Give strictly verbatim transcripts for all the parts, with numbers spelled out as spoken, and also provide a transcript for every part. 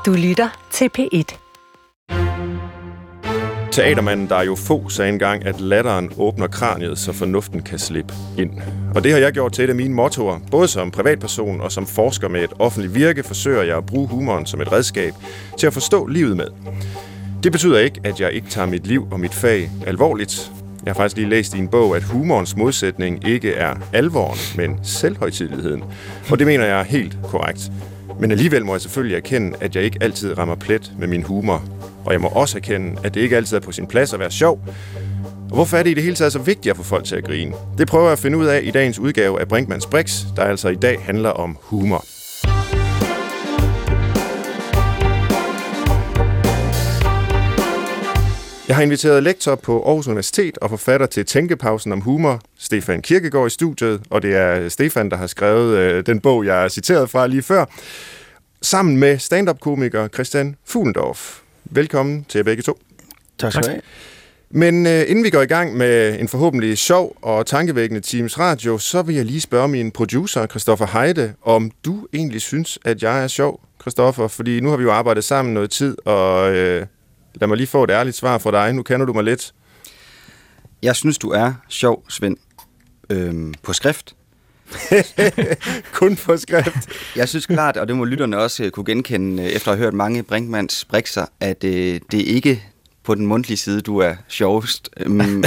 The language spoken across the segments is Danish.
Du lytter til P et. Teatermanden Dario Fo sagde engang, at latteren åbner kraniet, så fornuften kan slippe ind. Og det har jeg gjort til et af mine mottoer. Både som privatperson og som forsker med et offentligt virke, forsøger jeg at bruge humoren som et redskab til at forstå livet med. Det betyder ikke, at jeg ikke tager mit liv og mit fag alvorligt. Jeg har faktisk lige læst i en bog, at humorens modsætning ikke er alvoren, men selvhøjtideligheden. Og det mener jeg er helt korrekt. Men alligevel må jeg selvfølgelig erkende, at jeg ikke altid rammer plet med min humor. Og jeg må også erkende, at det ikke altid er på sin plads at være sjov. Og hvorfor er det i det hele taget så vigtigt at få folk til at grine? Det prøver jeg at finde ud af i dagens udgave af Brinkmanns Brix, der altså i dag handler om humor. Jeg har inviteret lektor på Aarhus Universitet og forfatter til Tænkepausen om humor, Stefan Kierkegaard, i studiet, og det er Stefan, der har skrevet øh, den bog, jeg er citeret fra lige før, sammen med stand-up-komiker Christian Fuhlendorff. Velkommen til jer begge to. Tak skal du have. Men øh, inden vi går i gang med en forhåbentlig sjov og tankevækkende Teams Radio, så vil jeg lige spørge min producer, Christoffer Heide, om du egentlig synes, at jeg er sjov, Christoffer, fordi nu har vi jo arbejdet sammen noget tid, og øh, lad mig lige få et ærligt svar fra dig. Nu kender du mig lidt. Jeg synes, du er sjov, Svend, øhm, på skrift. Kun på skrift. Jeg synes klart, og det må lytterne også kunne genkende, efter at have hørt mange Brinkmanns Brixer, at øh, det er ikke på den mundtlige side, du er sjovest. Øhm,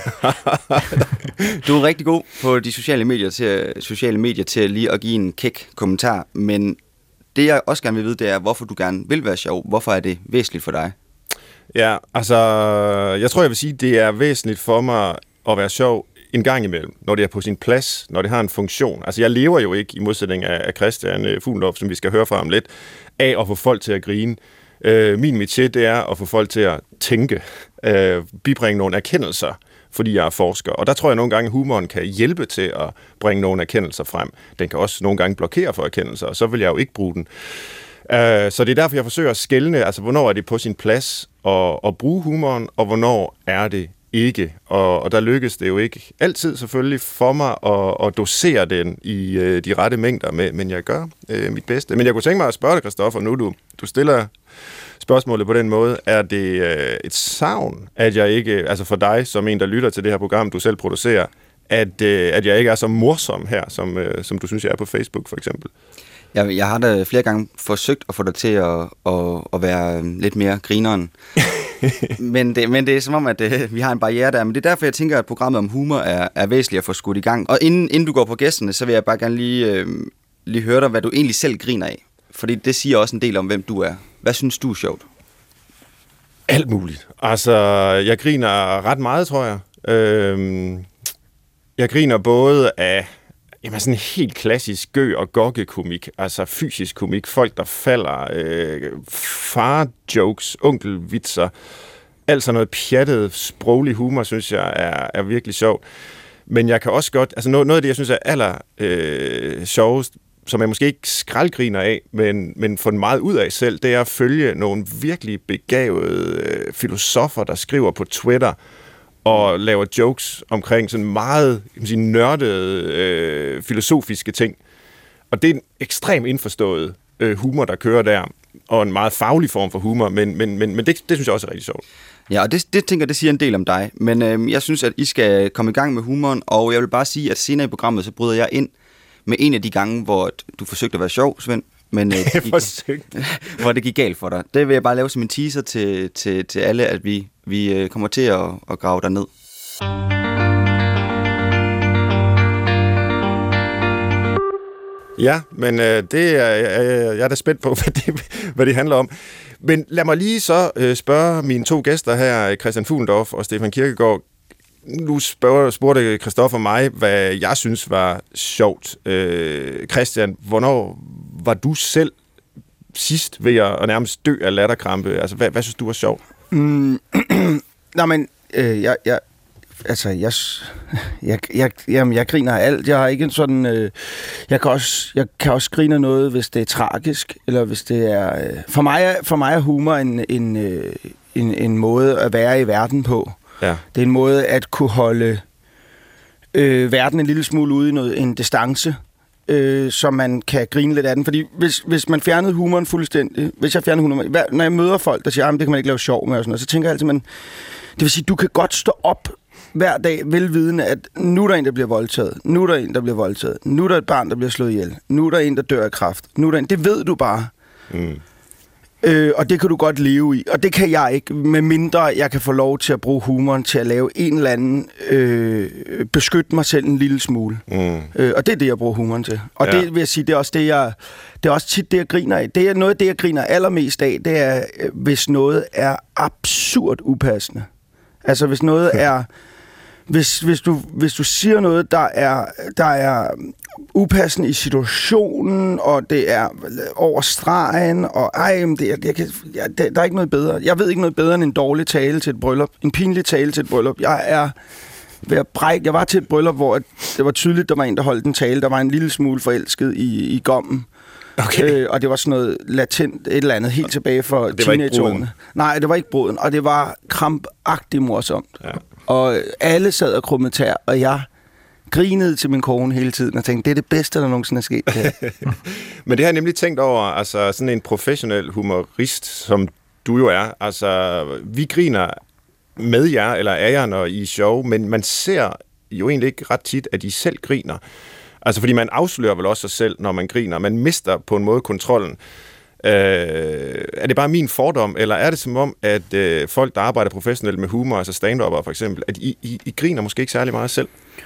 du er rigtig god på de sociale medier til, sociale medier til lige at give en kæk kommentar, men det jeg også gerne vil vide, det er, hvorfor du gerne vil være sjov. Hvorfor er det væsentligt for dig? Ja, altså, jeg tror, jeg vil sige, det er væsentligt for mig at være sjov en gang imellem, når det er på sin plads, når det har en funktion. Altså, jeg lever jo ikke, i modsætning af Christian Fuhlendorff, som vi skal høre fra om lidt, af at få folk til at grine. Øh, min métier, det er at få folk til at tænke, øh, bibringe nogle erkendelser, fordi jeg er forsker. Og der tror jeg nogle gange, at humoren kan hjælpe til at bringe nogle erkendelser frem. Den kan også nogle gange blokere for erkendelser, og så vil jeg jo ikke bruge den. Uh, så det er derfor, jeg forsøger at skelne, altså hvornår er det på sin plads at, at bruge humoren, og hvornår er det ikke. Og, og der lykkes det jo ikke altid selvfølgelig for mig at, at dosere den i uh, de rette mængder, med, men jeg gør uh, mit bedste. Men jeg kunne tænke mig at spørge dig, Christoffer, nu du, du stiller spørgsmålet på den måde, er det uh, et savn, at jeg ikke, altså for dig som en, der lytter til det her program, du selv producerer, at, uh, at jeg ikke er så morsom her, som, uh, som du synes, jeg er på Facebook for eksempel? Jeg, jeg har da flere gange forsøgt at få dig til at, at, at være lidt mere grineren. men, det, men det er som om, at det, vi har en barriere der. Men det er derfor, jeg tænker, at programmet om humor er, er væsentligt at få skudt i gang. Og inden, inden du går på gæsterne, så vil jeg bare gerne lige, øh, lige høre dig, hvad du egentlig selv griner af. Fordi det siger også en del om, hvem du er. Hvad synes du er sjovt? Alt muligt. Altså, jeg griner ret meget, tror jeg. Øhm, jeg griner både af... Jamen sådan helt klassisk gø- og gokkekomik, altså fysisk komik, folk der falder, øh, far-jokes, onkelvitser, alt sådan noget pjattet, sproglig humor, synes jeg er, er virkelig sjovt. Men jeg kan også godt, altså noget, noget af det, jeg synes er aller øh, sjovest, som jeg måske ikke skraldgriner af, men, men får meget ud af selv, det er at følge nogle virkelig begavede øh, filosofer, der skriver på Twitter, og laver jokes omkring sådan meget kan man sige, nørdede øh, filosofiske ting. Og det er en ekstremt indforstået øh, humor, der kører der, og en meget faglig form for humor, men, men, men, men det, det synes jeg også er rigtig sjovt. Ja, og det, det tænker det siger en del om dig, men øh, jeg synes, at I skal komme i gang med humoren, og jeg vil bare sige, at senere i programmet, så bryder jeg ind med en af de gange, hvor du forsøgte at være sjov, Svend, men øh, det gik, hvor det gik galt for dig. Det vil jeg bare lave som en teaser til, til, til alle, at vi, vi øh, kommer til at, at grave dig ned. Ja, men øh, det er, jeg, jeg er da spændt på, hvad det, hvad det handler om. Men lad mig lige så øh, spørge mine to gæster her, Christian Fuhlendorff og Stefan Kierkegaard. Nu spørger, spurgte Christoffer mig, hvad jeg synes var sjovt. Øh, Christian, hvornår var du selv sidst ved at nærmest dø af latterkrampe? Altså, hvad, hvad synes du var sjovt? Mm, nej, men øh, jeg, jeg, altså, jeg, jeg, jeg, jamen, jeg griner af alt. Jeg har ikke en sådan, øh, jeg kan også, jeg kan også grine noget, hvis det er tragisk, eller hvis det er, øh, for mig er, for mig er humor en, en, øh, en, en måde at være i verden på. Ja. Det er en måde at kunne holde øh, verden en lille smule ude i noget, en distance, øh, så man kan grine lidt af den. Fordi hvis, hvis man fjernede humoren fuldstændig, hvis jeg fjernede humoren, hver, når jeg møder folk, der siger, at det kan man ikke lave sjov med, og sådan noget, så tænker jeg altid, man, det vil sige, du kan godt stå op hver dag velvidende, at nu er der en, der bliver voldtaget, nu er der en, der bliver voldtaget, nu er der et barn, der bliver slået ihjel, nu er der en, der dør af kræft, nu er der en, det ved du bare. Mm. Øh, og det kan du godt leve i, og det kan jeg ikke, med mindre jeg kan få lov til at bruge humoren til at lave en eller anden, øh, beskytte mig selv en lille smule. Mm. Øh, og det er det, jeg bruger humoren til. Og ja. Det vil jeg sige, det er også det, jeg, det er også tit det, jeg griner af. Det er noget af det, jeg griner allermest af, det er, hvis noget er absurd upassende. Altså, hvis noget er... Hvis, hvis, du, hvis du siger noget, der er, der er upassende i situationen, og det er over stregen, og ej, det, jeg kan, jeg, det, der er ikke noget bedre. Jeg ved ikke noget bedre end en dårlig tale til et bryllup. En pinlig tale til et bryllup. Jeg er ved at brække. Jeg var til et bryllup, hvor det var tydeligt, der var en, der holdt en tale. Der var en lille smule forelsket i, i gommen. Okay. Øh, og det var sådan noget latent, et eller andet, helt tilbage for teenageårene. Nej, det var ikke bruden, og det var krampagtigt morsomt. Ja. Og alle sad og krummede tær, og jeg grinede til min kone hele tiden og tænkte, det er det bedste, der nogensinde er sket. Men det har jeg nemlig tænkt over, altså sådan en professionel humorist, som du jo er, altså vi griner med jer, eller af jer, når I er show, men man ser jo egentlig ikke ret tit, at I selv griner. Altså fordi man afslører vel også sig selv, når man griner. Man mister på en måde kontrollen. Øh, er det bare min fordom, eller er det som om, at øh, folk, der arbejder professionelt med humor, altså stand-upper for eksempel, at I, I, I griner måske ikke særlig meget selv?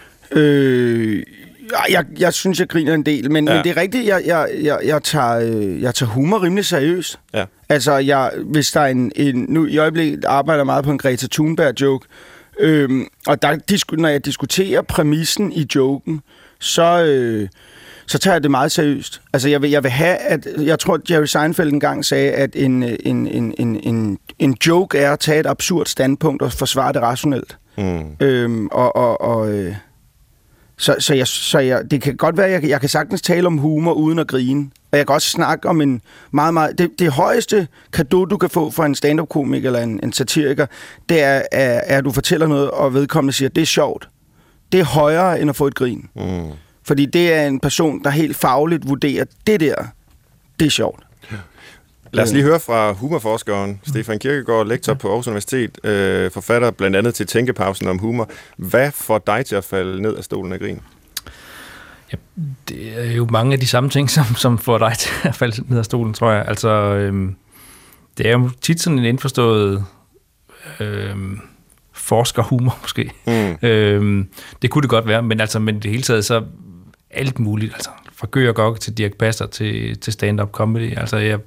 Øh, jeg, jeg synes, jeg griner en del, men, ja. men det er rigtigt, jeg, jeg, jeg, jeg, tager, jeg tager humor rimelig seriøst. Ja. Altså, jeg, hvis der er en, en... Nu i øjeblikket arbejder jeg meget på en Greta Thunberg-joke, øh, og der, når jeg diskuterer præmissen i joken, så... Øh, så tager jeg det meget seriøst. Altså, jeg vil, jeg vil have, at... Jeg tror, Jerry Seinfeld engang sagde, at en, en, en, en, en, en joke er at tage et absurd standpunkt og forsvare det rationelt. Mm. Øhm, og... og, og øh, så, så, jeg, så jeg, det kan godt være, at jeg, jeg kan sagtens tale om humor uden at grine. Og jeg kan også snakke om en meget, meget... Det, det højeste cadeau, du kan få fra en stand-up-komiker eller en, en satiriker, det er, er, er, at du fortæller noget, og vedkommende siger, det er sjovt. Det er højere, end at få et grin. Mm. Fordi det er en person, der helt fagligt vurderer, det der, det er sjovt. Ja. Lad os lige høre fra humorforskeren mm. Stefan Kierkegaard, lektor på Aarhus Universitet, øh, forfatter blandt andet til Tænkepausen om humor. Hvad får dig til at falde ned af stolen af grin? Ja, det er jo mange af de samme ting, som, som får dig til at falde ned af stolen, tror jeg. Altså, øhm, det er jo tit sådan en indforstået øhm, forskerhumor, måske. Mm. Øhm, det kunne det godt være, men altså, men det hele taget så alt muligt, altså fra Gør og Gok til Dirch Passer til, til stand-up comedy. Altså, jeg,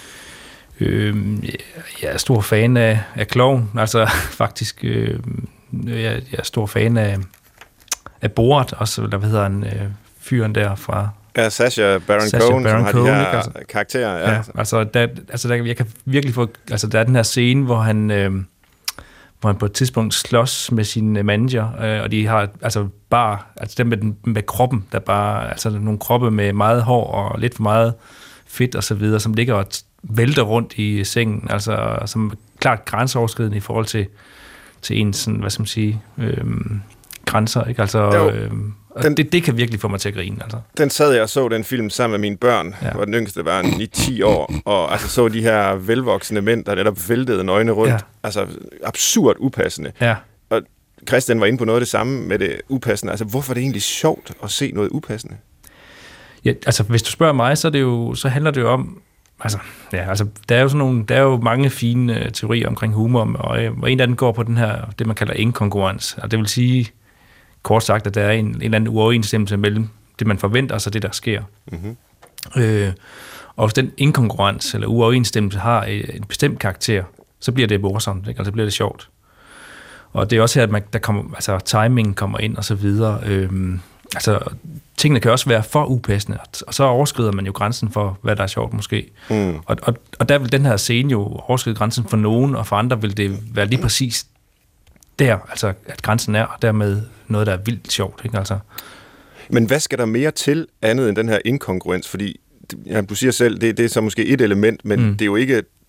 øh, jeg er stor fan af, af Klovn, altså faktisk, øh, jeg, jeg er stor fan af, af Borat, også, eller hvad hedder han, øh, fyren der fra... Ja, Sacha Baron Sacha Cohen, Baron som Cohen, har de her altså, karakterer. Ja, ja altså, der, altså der, jeg kan virkelig få... Altså, der er den her scene, hvor han... Øh, hvor han på et tidspunkt slås med sin manager, øh, og de har altså bare, altså dem med, den, med kroppen, der bare, altså nogle kroppe med meget hår og lidt for meget fedt og så videre, som ligger og vælter rundt i sengen, altså som er klart grænseoverskridende i forhold til, til ens, sådan, hvad skal man sige, øh, grænser, ikke? Altså, øh, den, det, det kan virkelig få mig til at grine, altså. Den sad jeg og så den film sammen med mine børn, ja. Hvor den yngste var ni ti år, og altså så de her velvoksne mænd, der netop væltede nøgne rundt, ja. Altså absurd upassende. Ja. Og Christian var inde på noget af det samme med det upassende. Altså, hvorfor er det egentlig sjovt at se noget upassende? Ja, altså, hvis du spørger mig, så, er det jo, så handler det jo om, altså, ja, altså, der er jo sådan nogle, der er jo mange fine uh, teorier omkring humor, og, og en af dem går på den her, det man kalder inkongruens, og det vil sige, kort sagt, at der er en, en eller anden uoverensstemmelse mellem det, man forventer, og så det, der sker. Mm-hmm. Øh, og hvis den inkongruens, eller uoverensstemmelse, har en bestemt karakter, så bliver det morsomt, ikke? Altså, så bliver det sjovt. Og det er også her, at man, der kommer, altså, timing kommer ind, og så videre. Øhm, altså, tingene kan også være for upassende, og så overskrider man jo grænsen for, hvad der er sjovt måske. Mm. Og, og, og der vil den her scene jo overskride grænsen for nogen, og for andre vil det være lige præcis der, altså at grænsen er, og dermed noget, der er vildt sjovt, ikke? Altså. Men hvad skal der mere til, andet end den her inkongruens? Fordi, ja, du siger selv, det, det er så måske et element, men mm. det er jo ikke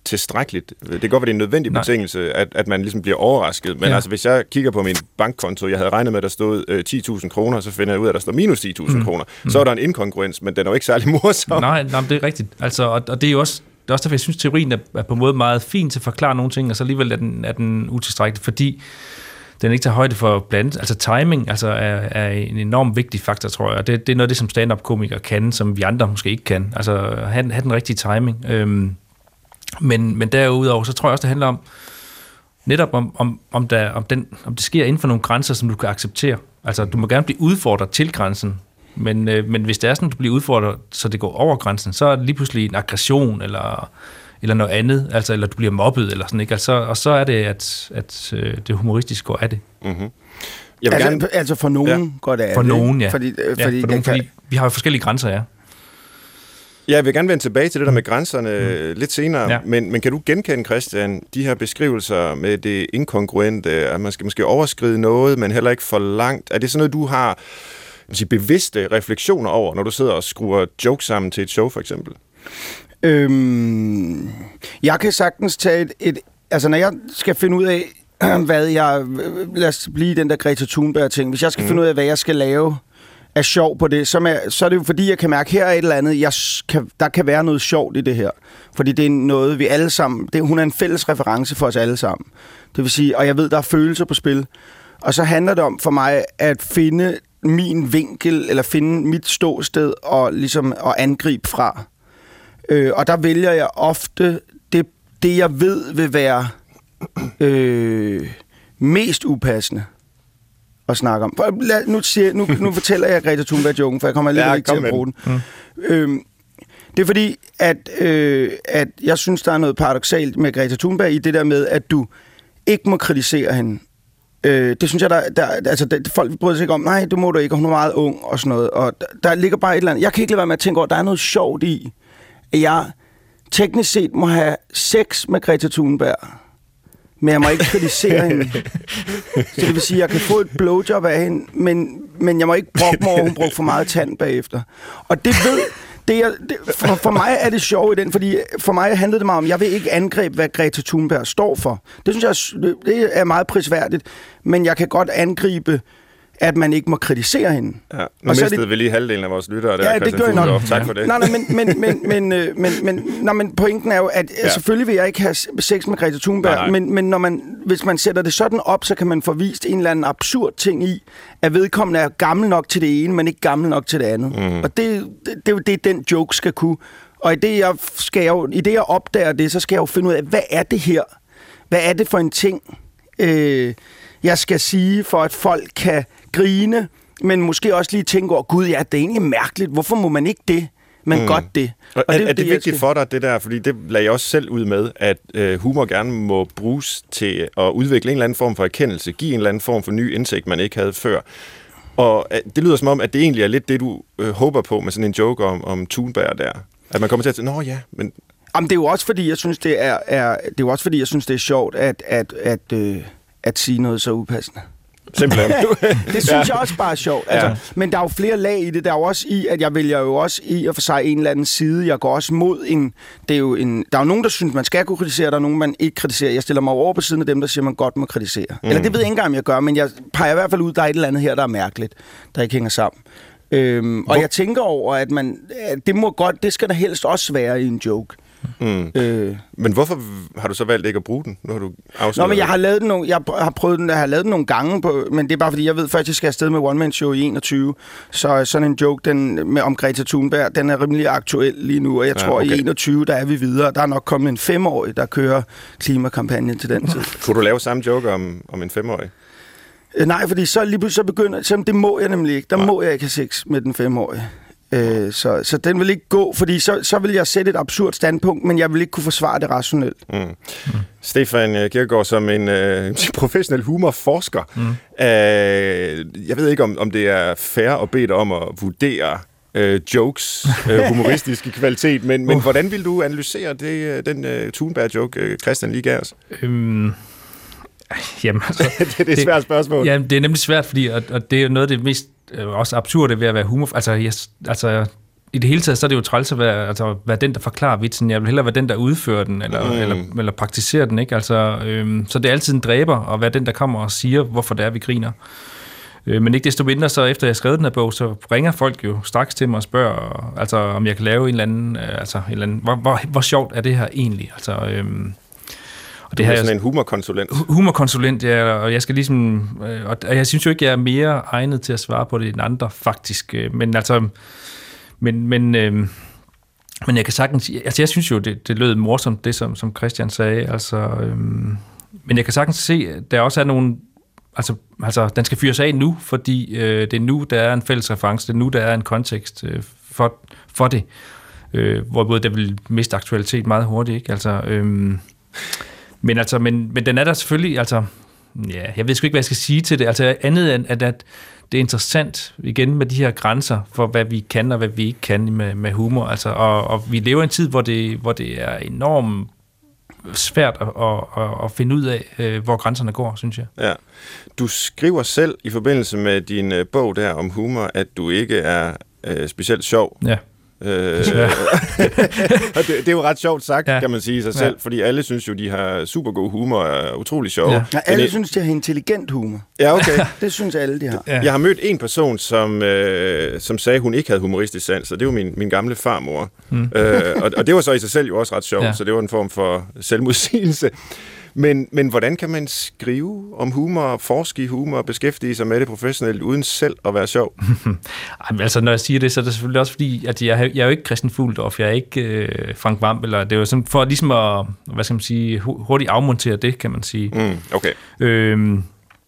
tilstrækkeligt. Det kan godt være, det er en nødvendig Nej. betingelse, at, at man ligesom bliver overrasket. Men ja. altså, hvis jeg kigger på min bankkonto, jeg havde regnet med, at der stod øh, ti tusind kroner, så finder jeg ud af, at der står minus ti tusind mm. kroner. Så er der en inkongruens, men den er jo ikke særlig morsom. Nej, nej, det er rigtigt. Altså, og, og det er jo også, det er også derfor, jeg synes, teorien er, er på en måde meget fin til at forklare nogle ting, og så alligevel er den, er den utilstrækkelig, fordi den ikke tager højde for blandt, altså timing altså er, er en enormt vigtig faktor, tror jeg, og det, det er noget af det, som stand-up-komikere kan, som vi andre måske ikke kan, altså have, have den rigtige timing. Øhm, men, men derudover, så tror jeg også, det handler om, netop om, om, om, der, om, den, om det sker inden for nogle grænser, som du kan acceptere. Altså, du må gerne blive udfordret til grænsen, men, øh, men hvis det er sådan, at du bliver udfordret, så det går over grænsen, så er det lige pludselig en aggression, eller eller noget andet, altså, eller du bliver mobbet, eller sådan, ikke? Altså, og så er det, at, at øh, det humoristiske går af det. Mm-hmm. Jeg altså, gerne... altså for nogen ja. går det af for det. For nogen, ja. Fordi, øh, ja, fordi, for nogen, kan... fordi vi har jo forskellige grænser, ja. Ja, jeg vil gerne vende tilbage til det der med grænserne mm. lidt senere, ja. men, men kan du genkende, Christian, de her beskrivelser med det inkongruente, at man skal måske overskride noget, men heller ikke for langt? Er det sådan noget, du har sige, bevidste refleksioner over, når du sidder og skruer jokes sammen til et show, for eksempel? Øhm, jeg kan sagtens tage et, et... Altså, når jeg skal finde ud af, hvad jeg... Lad os blive den der Greta Thunberg-ting. Hvis jeg skal mm. finde ud af, hvad jeg skal lave af sjov på det, så er, så er det jo fordi, jeg kan mærke, her er et eller andet, jeg kan, der kan være noget sjovt i det her. Fordi det er noget, vi alle sammen... Det, hun er en fælles reference for os alle sammen. Det vil sige, og jeg ved, der er følelser på spil. Og så handler det om for mig at finde min vinkel, eller finde mit ståsted, og ligesom at angribe fra. Øh, og der vælger jeg ofte det, det jeg ved vil være øh, mest upassende at snakke om. For, lad, nu, siger, nu, nu fortæller jeg Greta Thunberg-joken, for jeg kommer alligevel ja, ikke til at bruge den. Mm. Øh, det er fordi, at, øh, at jeg synes, der er noget paradoksalt med Greta Thunberg i det der med, at du ikke må kritisere hende. Øh, det synes jeg, der, der altså der, folk bryder sig ikke om, nej, det må du ikke, og hun er meget ung og sådan noget. Og der, der ligger bare et eller andet. Jeg kan ikke lade være med at tænke over, der er noget sjovt i, at jeg teknisk set må have sex med Greta Thunberg, men jeg må ikke kritisere hende. Så det vil sige, at jeg kan få et blowjob af hende, men, men jeg må ikke brokke mig over, hun brugte for meget tand bagefter. Og det ved... Det er, det, for, for mig er det sjovt i den, fordi for mig handlede det meget om, jeg vil ikke angribe, hvad Greta Thunberg står for. Det synes jeg det er meget prisværdigt, men jeg kan godt angribe, at man ikke må kritisere hende. Ja, nu og mistede det, vi lige halvdelen af vores lyttere der, ja, det gør jeg nok. Tak ja. for det. Nej, nej, men, men, men, men, men, men, nej, men pointen er jo, at ja. selvfølgelig vil jeg ikke have sex med Greta Thunberg, nej, nej. men, men når man, hvis man sætter det sådan op, så kan man få vist en eller anden absurd ting i, at vedkommende er gammel nok til det ene, men ikke gammel nok til det andet. Mm. Og det, det, det er jo det, den joke skal kunne. Og i det, jeg, skal jeg jo, i det, jeg opdager det, så skal jeg jo finde ud af, hvad er det her? Hvad er det for en ting, øh, jeg skal sige, for at folk kan grine, men måske også lige tænke over, gud, ja, det er egentlig mærkeligt. Hvorfor må man ikke det, men mm. godt det? Og og er det, er det, det vigtigt skal... for dig, det der? Fordi det lagde jeg også selv ud med, at øh, humor gerne må bruges til at udvikle en eller anden form for erkendelse, give en eller anden form for ny indsigt, man ikke havde før. Og øh, det lyder som om, at det egentlig er lidt det, du øh, håber på med sådan en joke om, om Thunberg der. At man kommer til at sige, nå ja, men... Jamen, det er jo også fordi, jeg synes, det er, er, det er, jo også fordi, jeg synes, det er sjovt at, at, at, øh, at sige noget så upassende. Simpelthen. Det synes ja. jeg også bare er sjovt. Altså, ja. Men der er jo flere lag i det. Der er jo også i, at jeg vælger jo også i at for sig en eller anden side. Jeg går også mod en... Det er jo en der er jo nogen, der synes, man skal kunne kritisere. Der er nogen, man ikke kritiserer. Jeg stiller mig over på siden af dem, der siger, man godt må kritisere. Mm. Eller det ved jeg ikke engang, om jeg gør, men jeg peger i hvert fald ud, der er et eller andet her, der er mærkeligt, der ikke hænger sammen. Øhm, og jeg tænker over, at man... Det må godt... Det skal der helst også være i en joke. Mm. Øh. Men hvorfor har du så valgt ikke at bruge den? Nu har du Nå, men jeg har lavet den nogle, jeg har prøvet den, jeg har lavet den nogle gange på, men det er bare fordi jeg ved først jeg skal afsted med One Man Show i enogtyve. Så sådan en joke den med om Greta Thunberg, den er rimelig aktuel lige nu, og jeg ja, tror okay. i enogtyve der er vi videre. Der er nok kommet en femårig, der kører klimakampagnen til den tid. Kunne du lave samme joke om om en femårig? Øh, nej, fordi så lige pludselig så begynder, så det må jeg nemlig ikke. Der nej. må jeg ikke have sex med den femårige. Øh, så, så den vil ikke gå, fordi så, så vil jeg sætte et absurd standpunkt, men jeg vil ikke kunne forsvare det rationelt. Mm. Mm. Stefan Kierkegaard, som en øh, professionel humorforsker, mm. øh, jeg ved ikke, om, om det er fair at bede dig om at vurdere øh, jokes, øh, humoristiske kvalitet, men, men uh. hvordan vil du analysere det, den øh, Thunberg-joke, Christian lige gav os? Um. Jamen, altså, det, det er et svært spørgsmål. Ja, det er nemlig svært, fordi og, og det er noget af det mest øh, også absurde ved at være humor. Altså, jeg, altså, i det hele taget, så er det jo træls at være, altså, være den, der forklarer vitsen. Jeg vil hellere være den, der udfører den, eller, mm. eller, eller praktiserer den, ikke? Altså, øhm, så det er altid en dræber at være den, der kommer og siger, hvorfor det er, vi griner. Øh, men ikke desto mindre, så efter jeg har skrevet den her bog, så ringer folk jo straks til mig og spørger, altså, om jeg kan lave en eller anden, øh, altså, en eller anden hvor, hvor, hvor sjovt er det her egentlig? Altså, øhm, og det her er sådan en humorkonsulent. Humorkonsulent, ja, og jeg skal ligesom, øh, og jeg synes jo ikke, jeg er mere egnet til at svare på det end andre, faktisk. Øh, men altså, men, men, øh, men jeg kan sagtens, altså jeg synes jo, det, det lød morsomt, det som, som Christian sagde, altså, øh, men jeg kan sagtens se, at der også er nogle, altså, altså den skal fyres af nu, fordi øh, det er nu, der er en fælles reference, det er nu, der er en kontekst øh, for, for det, øh, hvorimod det vil miste aktualitet meget hurtigt, ikke? Altså, øh, men altså, men, men den er der selvfølgelig, altså, ja, jeg ved sgu ikke, hvad jeg skal sige til det, altså andet end, at, at det er interessant, igen med de her grænser for, hvad vi kan og hvad vi ikke kan med, med humor, altså, og, og vi lever i en tid, hvor det, hvor det er enormt svært at, at, at finde ud af, hvor grænserne går, synes jeg. Ja. Du skriver selv i forbindelse med din bog der om humor, at du ikke er øh, specielt sjov. Ja. Øh, det, det er jo ret sjovt sagt, ja. Kan man sige sig selv, ja. Fordi alle synes jo, de har super god humor og er utrolig sjove. Ja. Ja, alle det, synes, de har intelligent humor. Ja, okay. Det synes alle, de har. Ja. Jeg har mødt en person, som, øh, som sagde, hun ikke havde humoristisk sans, og det var min, min gamle farmor. Mm. Øh, og, og det var så i sig selv jo også ret sjovt, ja. Så det var en form for selvmodsigelse. Men, men hvordan kan man skrive om humor, forske i humor og beskæftige sig med det professionelt, uden selv at være sjov? Ej, altså, når jeg siger det, så er det selvfølgelig også fordi, at jeg, jeg er jo ikke Christian Fuldorff, jeg er ikke øh, Frank Hvam, eller det er jo sådan for ligesom at, hvad skal man sige, hurtigt afmontere det, kan man sige. Mm, okay. Øhm,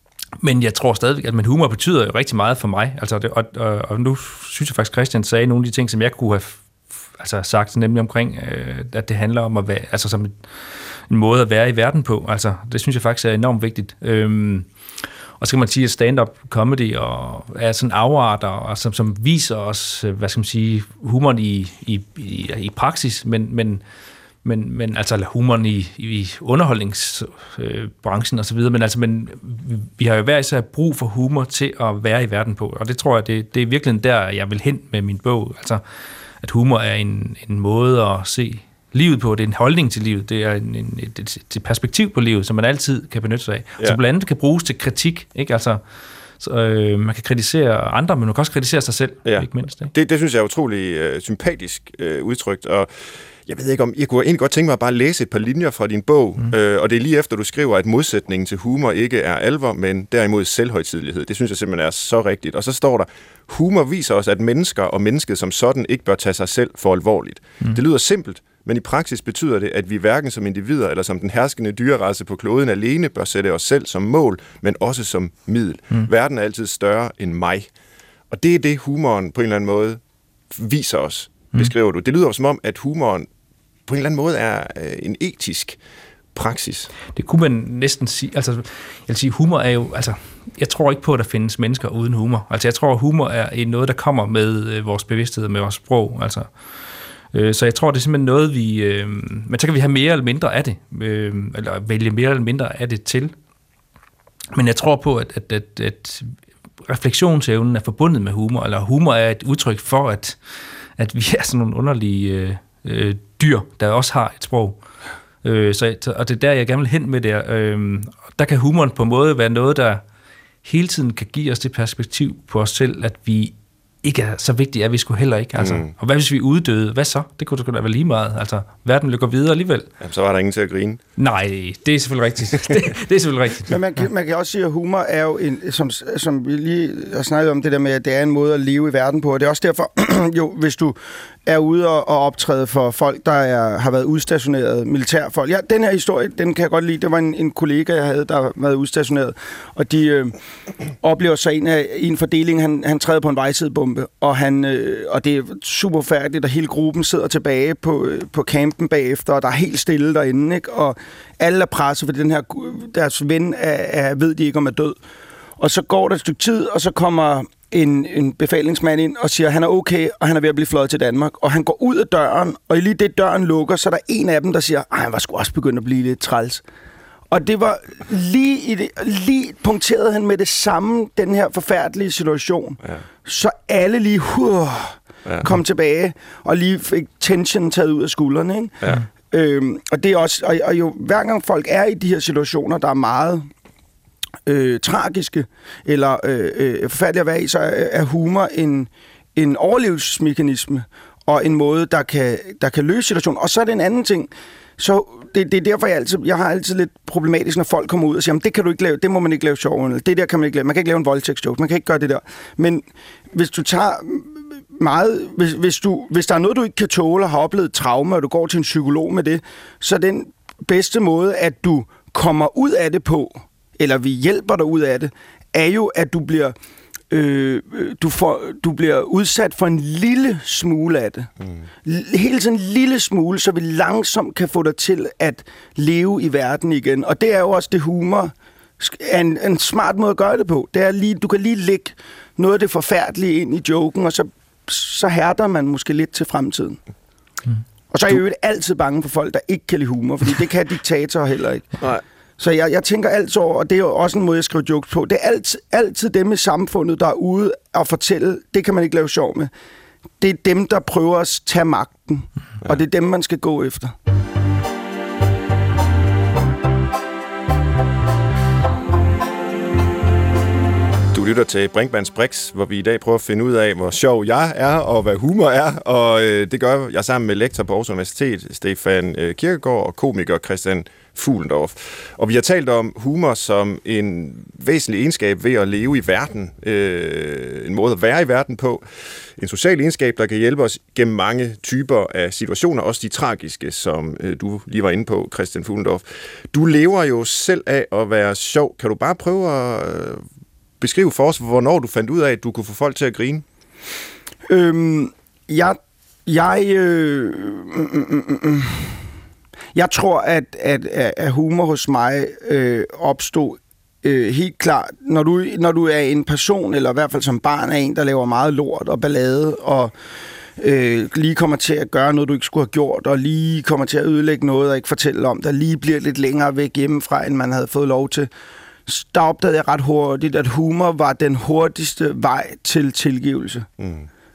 men jeg tror stadigvæk, at min humor betyder jo rigtig meget for mig, altså det, og, og, og nu synes jeg faktisk, Christian sagde nogle af de ting, som jeg kunne have altså, sagt, nemlig omkring, øh, at det handler om at være, altså som et, en måde at være i verden på. Altså, det synes jeg faktisk er enormt vigtigt. Øhm, og så kan man sige, at stand-up comedy og er sådan afarter, og som, som viser os, hvad skal man sige, humoren i, i, i, i praksis, men, men, men, men altså humoren i, i underholdningsbranchen øh, og så videre. Men altså, men vi har jo hver især brug for humor til at være i verden på, og det tror jeg, det, det er virkelig der, jeg vil hen med min bog. Altså, at humor er en, en måde at se livet på, det er en holdning til livet, det er en, en, et, et perspektiv på livet, som man altid kan benytte sig af. Ja. Så blandt andet kan bruges til kritik, ikke? Altså, så, øh, man kan kritisere andre, men man kan også kritisere sig selv, ja. Ikke mindst. Ikke? Det, det synes jeg er utrolig øh, sympatisk øh, udtrykt, og jeg ved ikke om, jeg kunne egentlig godt tænke mig at bare læse et par linjer fra din bog, mm. øh, og det er lige efter, du skriver, at modsætningen til humor ikke er alvor, men derimod selvhøjtidelighed. Det synes jeg simpelthen er så rigtigt. Og så står der, humor viser os, at mennesker og mennesket som sådan ikke bør tage sig selv for alvorligt. Mm. Det lyder simpelt, men i praksis betyder det, at vi hverken som individer eller som den herskende dyrerace på kloden alene bør sætte os selv som mål, men også som middel. Mm. Verden er altid større end mig. Og det er det, humoren på en eller anden måde viser os, mm. beskriver du. Det lyder som om, at humoren på en eller anden måde er en etisk praksis. Det kunne man næsten sige. Altså, jeg vil sige, humor er jo, altså, jeg tror ikke på, at der findes mennesker uden humor. Altså, jeg tror, at humor er noget, der kommer med vores bevidsthed og med vores sprog. Altså, øh, så jeg tror, det er simpelthen noget, vi, øh, men så kan vi have mere eller mindre af det, øh, eller vælge mere eller mindre af det til. Men jeg tror på, at, at, at, at refleksionsevnen er forbundet med humor, eller humor er et udtryk for, at, at vi er sådan nogle underlige øh, øh, dyr, der også har et sprog. Øh, så, og det er der, jeg gerne vil hen med det. Øh, der kan humoren på en måde være noget, der hele tiden kan give os det perspektiv på os selv, at vi ikke er så vigtige, at vi skulle heller ikke. Altså. Mm. Og hvad hvis vi uddøde? Hvad så? Det kunne da være lige meget. Altså, verden løber videre alligevel. Jamen, så var der ingen til at grine. Nej, det er selvfølgelig rigtigt. det, det er selvfølgelig rigtigt. Men man kan, man kan også sige, at humor er jo, en, som, som vi lige har snakket om, det der med, at det er en måde at leve i verden på. Og det er også derfor, jo, hvis du er ude og, og optræde for folk, der er, har været udstationeret, militærfolk. Ja, den her historie, den kan jeg godt lide. Det var en, en kollega, jeg havde, der har været udstationeret. Og de øh, oplever så en af en fordeling, han, han træder på en vejsidebombe, og, han, øh, og det er super færdigt, og hele gruppen sidder tilbage på, øh, på campen bagefter, og der er helt stille derinde, ikke? Og alle er presset, fordi den her, deres ven er, er, ved de ikke, om er død. Og så går der et stykke tid, og så kommer en, en befalingsmand ind og siger, at han er okay, og han er ved at blive fløjet til Danmark. Og han går ud af døren, og i lige det døren lukker, så er der en af dem, der siger, at han var sgu også begyndt at blive lidt træls. Og det var lige, i det, lige punkteret han med det samme, den her forfærdelige situation. Ja. Så alle lige, huh, ja. kom tilbage, og lige fik tension taget ud af skuldrene, ikke? Ja. Øhm, og det er også, og, og jo, hver gang folk er i de her situationer, der er meget øh, tragiske, eller øh, øh, forfærdelige at være i, så er, er humor en, en overlevelsesmekanisme, og en måde, der kan, der kan løse situationen. Og så er det en anden ting, så det, det er derfor, jeg, altid, jeg har altid lidt problematisk, når folk kommer ud og siger, jamen, det kan du ikke lave, det må man ikke lave sjov, eller det der kan man ikke lave, man kan ikke lave en voldtægtsjoke, man kan ikke gøre det der. Men hvis du tager meget, hvis, hvis, du, hvis der er noget, du ikke kan tåle og har oplevet traume, og du går til en psykolog med det, så er den bedste måde, at du kommer ud af det på, eller vi hjælper dig ud af det, er jo, at du bliver Øh, du, får, du bliver udsat for en lille smule af det. Mm. Hele tiden en lille smule, så vi langsomt kan få dig til at leve i verden igen. Og det er jo også det humor, er en, en smart måde at gøre det på. Det er lige, du kan lige lægge noget af det forfærdelige ind i joken, og så, så hærder man måske lidt til fremtiden. Mm. Og så er jeg jo altid bange for folk, der ikke kan lide humor, fordi det kan diktatorer heller ikke. Nej. Så jeg, jeg tænker altid over, og det er jo også en måde, jeg skriver jokes på, det er altid, altid dem i samfundet, der er ude og fortælle, det kan man ikke lave sjov med. Det er dem, der prøver at tage magten, ja. Og det er dem, man skal gå efter. Du lytter til Brinkmanns Brix, hvor vi i dag prøver at finde ud af, hvor sjov jeg er, og hvad humor er, og øh, det gør jeg sammen med lektor på Aarhus Universitet, Stefan øh, Kierkegaard, og komiker Christian Fuhlendorff. Og vi har talt om humor som en væsentlig egenskab ved at leve i verden, øh, en måde at være i verden på, en social egenskab, der kan hjælpe os gennem mange typer af situationer, også de tragiske, som øh, du lige var inde på, Christian Fuhlendorff. Du lever jo selv af at være sjov. Kan du bare prøve at øh, beskrive for os, hvornår du fandt ud af, at du kunne få folk til at grine? Øhm, jeg... Jeg... Øh, mm, mm, mm, Jeg tror, at, at, at humor hos mig øh, opstod øh, helt klart, når du, når du er en person, eller i hvert fald som barn, er en, der laver meget lort og ballade, og øh, lige kommer til at gøre noget, du ikke skulle have gjort, og lige kommer til at ødelægge noget, og ikke fortælle om, der lige bliver lidt længere væk hjemmefra, end man havde fået lov til. Der opdagede jeg ret hurtigt, at humor var den hurtigste vej til tilgivelse. Mm.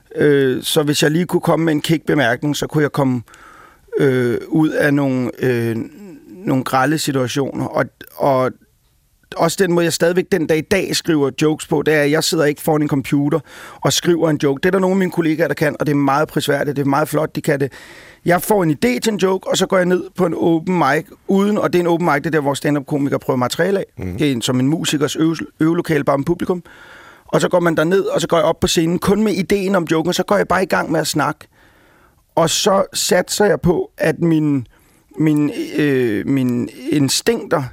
Øh, så hvis jeg lige kunne komme med en kæk-bemærkning, så kunne jeg komme Øh, ud af nogle, øh, nogle grelle situationer. Og, og også den måde, jeg stadigvæk den dag i dag skriver jokes på, det er, at jeg sidder ikke foran en computer og skriver en joke. Det er der nogle af mine kollegaer, der kan, og det er meget prisværdigt, det er meget flot, de kan det. Jeg får en idé til en joke, og så går jeg ned på en open mic, uden, og det er en open mic, det er der, hvor stand-up-komikere prøver materiale af. Mm. Det er en, som en musikers øve, øvelokale, bare med publikum. Og så går man derned, og så går jeg op på scenen, kun med ideen om joken, og så går jeg bare i gang med at snakke. Og så satser jeg på, at min, min, øh, min instinkter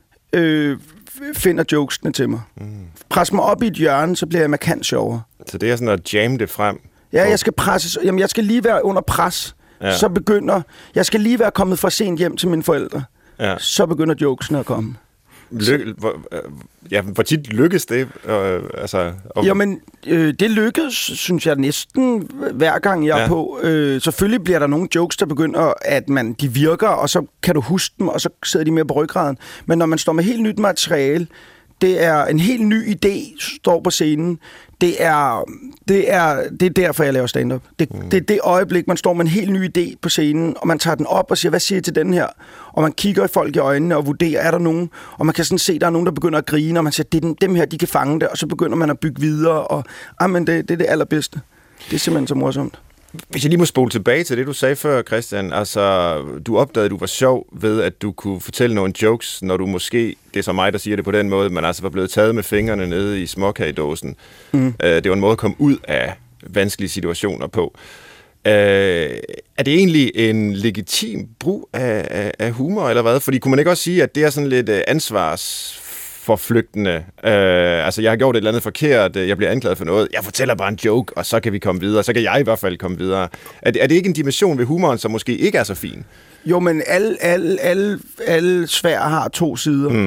øh, finder jokesene til mig. Mm. Pres mig op i et hjørne, så bliver jeg markant sjovere. Så det er sådan at jamme det frem? Ja, jeg skal presses. Jamen, jeg skal lige være under pres. Ja. Så begynder... Jeg skal lige være kommet for sent hjem til mine forældre. Ja. Så begynder jokesene at komme. Lykke, hvor, ja, hvor tit lykkes det? Øh, altså, og... Jamen, øh, det lykkes, synes jeg, næsten hver gang, jeg ja. er på. Øh, selvfølgelig bliver der nogle jokes, der begynder, at man, de virker, og så kan du huske dem, og så sidder de mere på ryggraden. Men når man står med helt nyt materiale, det er en helt ny idé, står på scenen. Det er, det er, det er derfor, jeg laver stand-up. Det, mm. det er det øjeblik, man står med en helt ny idé på scenen, og man tager den op og siger, hvad siger jeg til den her? Og man kigger i folk i øjnene og vurderer, er der nogen? Og man kan sådan se, at der er nogen, der begynder at grine, og man siger, det er den, dem her, de kan fange det, og så begynder man at bygge videre, og ah, men det, det er det allerbedste. Det er simpelthen så morsomt. Hvis jeg lige må spole tilbage til det, du sagde før, Christian, altså, du opdagede, at du var sjov ved, at du kunne fortælle nogle jokes, når du måske, det er så mig, der siger det på den måde, men altså var blevet taget med fingrene nede i småkagedåsen. Mm. Det var en måde at komme ud af vanskelige situationer på. Er det egentlig en legitim brug af, af, af humor, eller hvad? Fordi kunne man ikke også sige, at det er sådan lidt ansvars forflygtende. Øh, altså, jeg har gjort et eller andet forkert, jeg bliver anklaget for noget, jeg fortæller bare en joke, og så kan vi komme videre, så kan jeg i hvert fald komme videre. Er det, er det ikke en dimension ved humoren, som måske ikke er så fin? Jo, men alle, alle, alle, alle svær har to sider. Mm.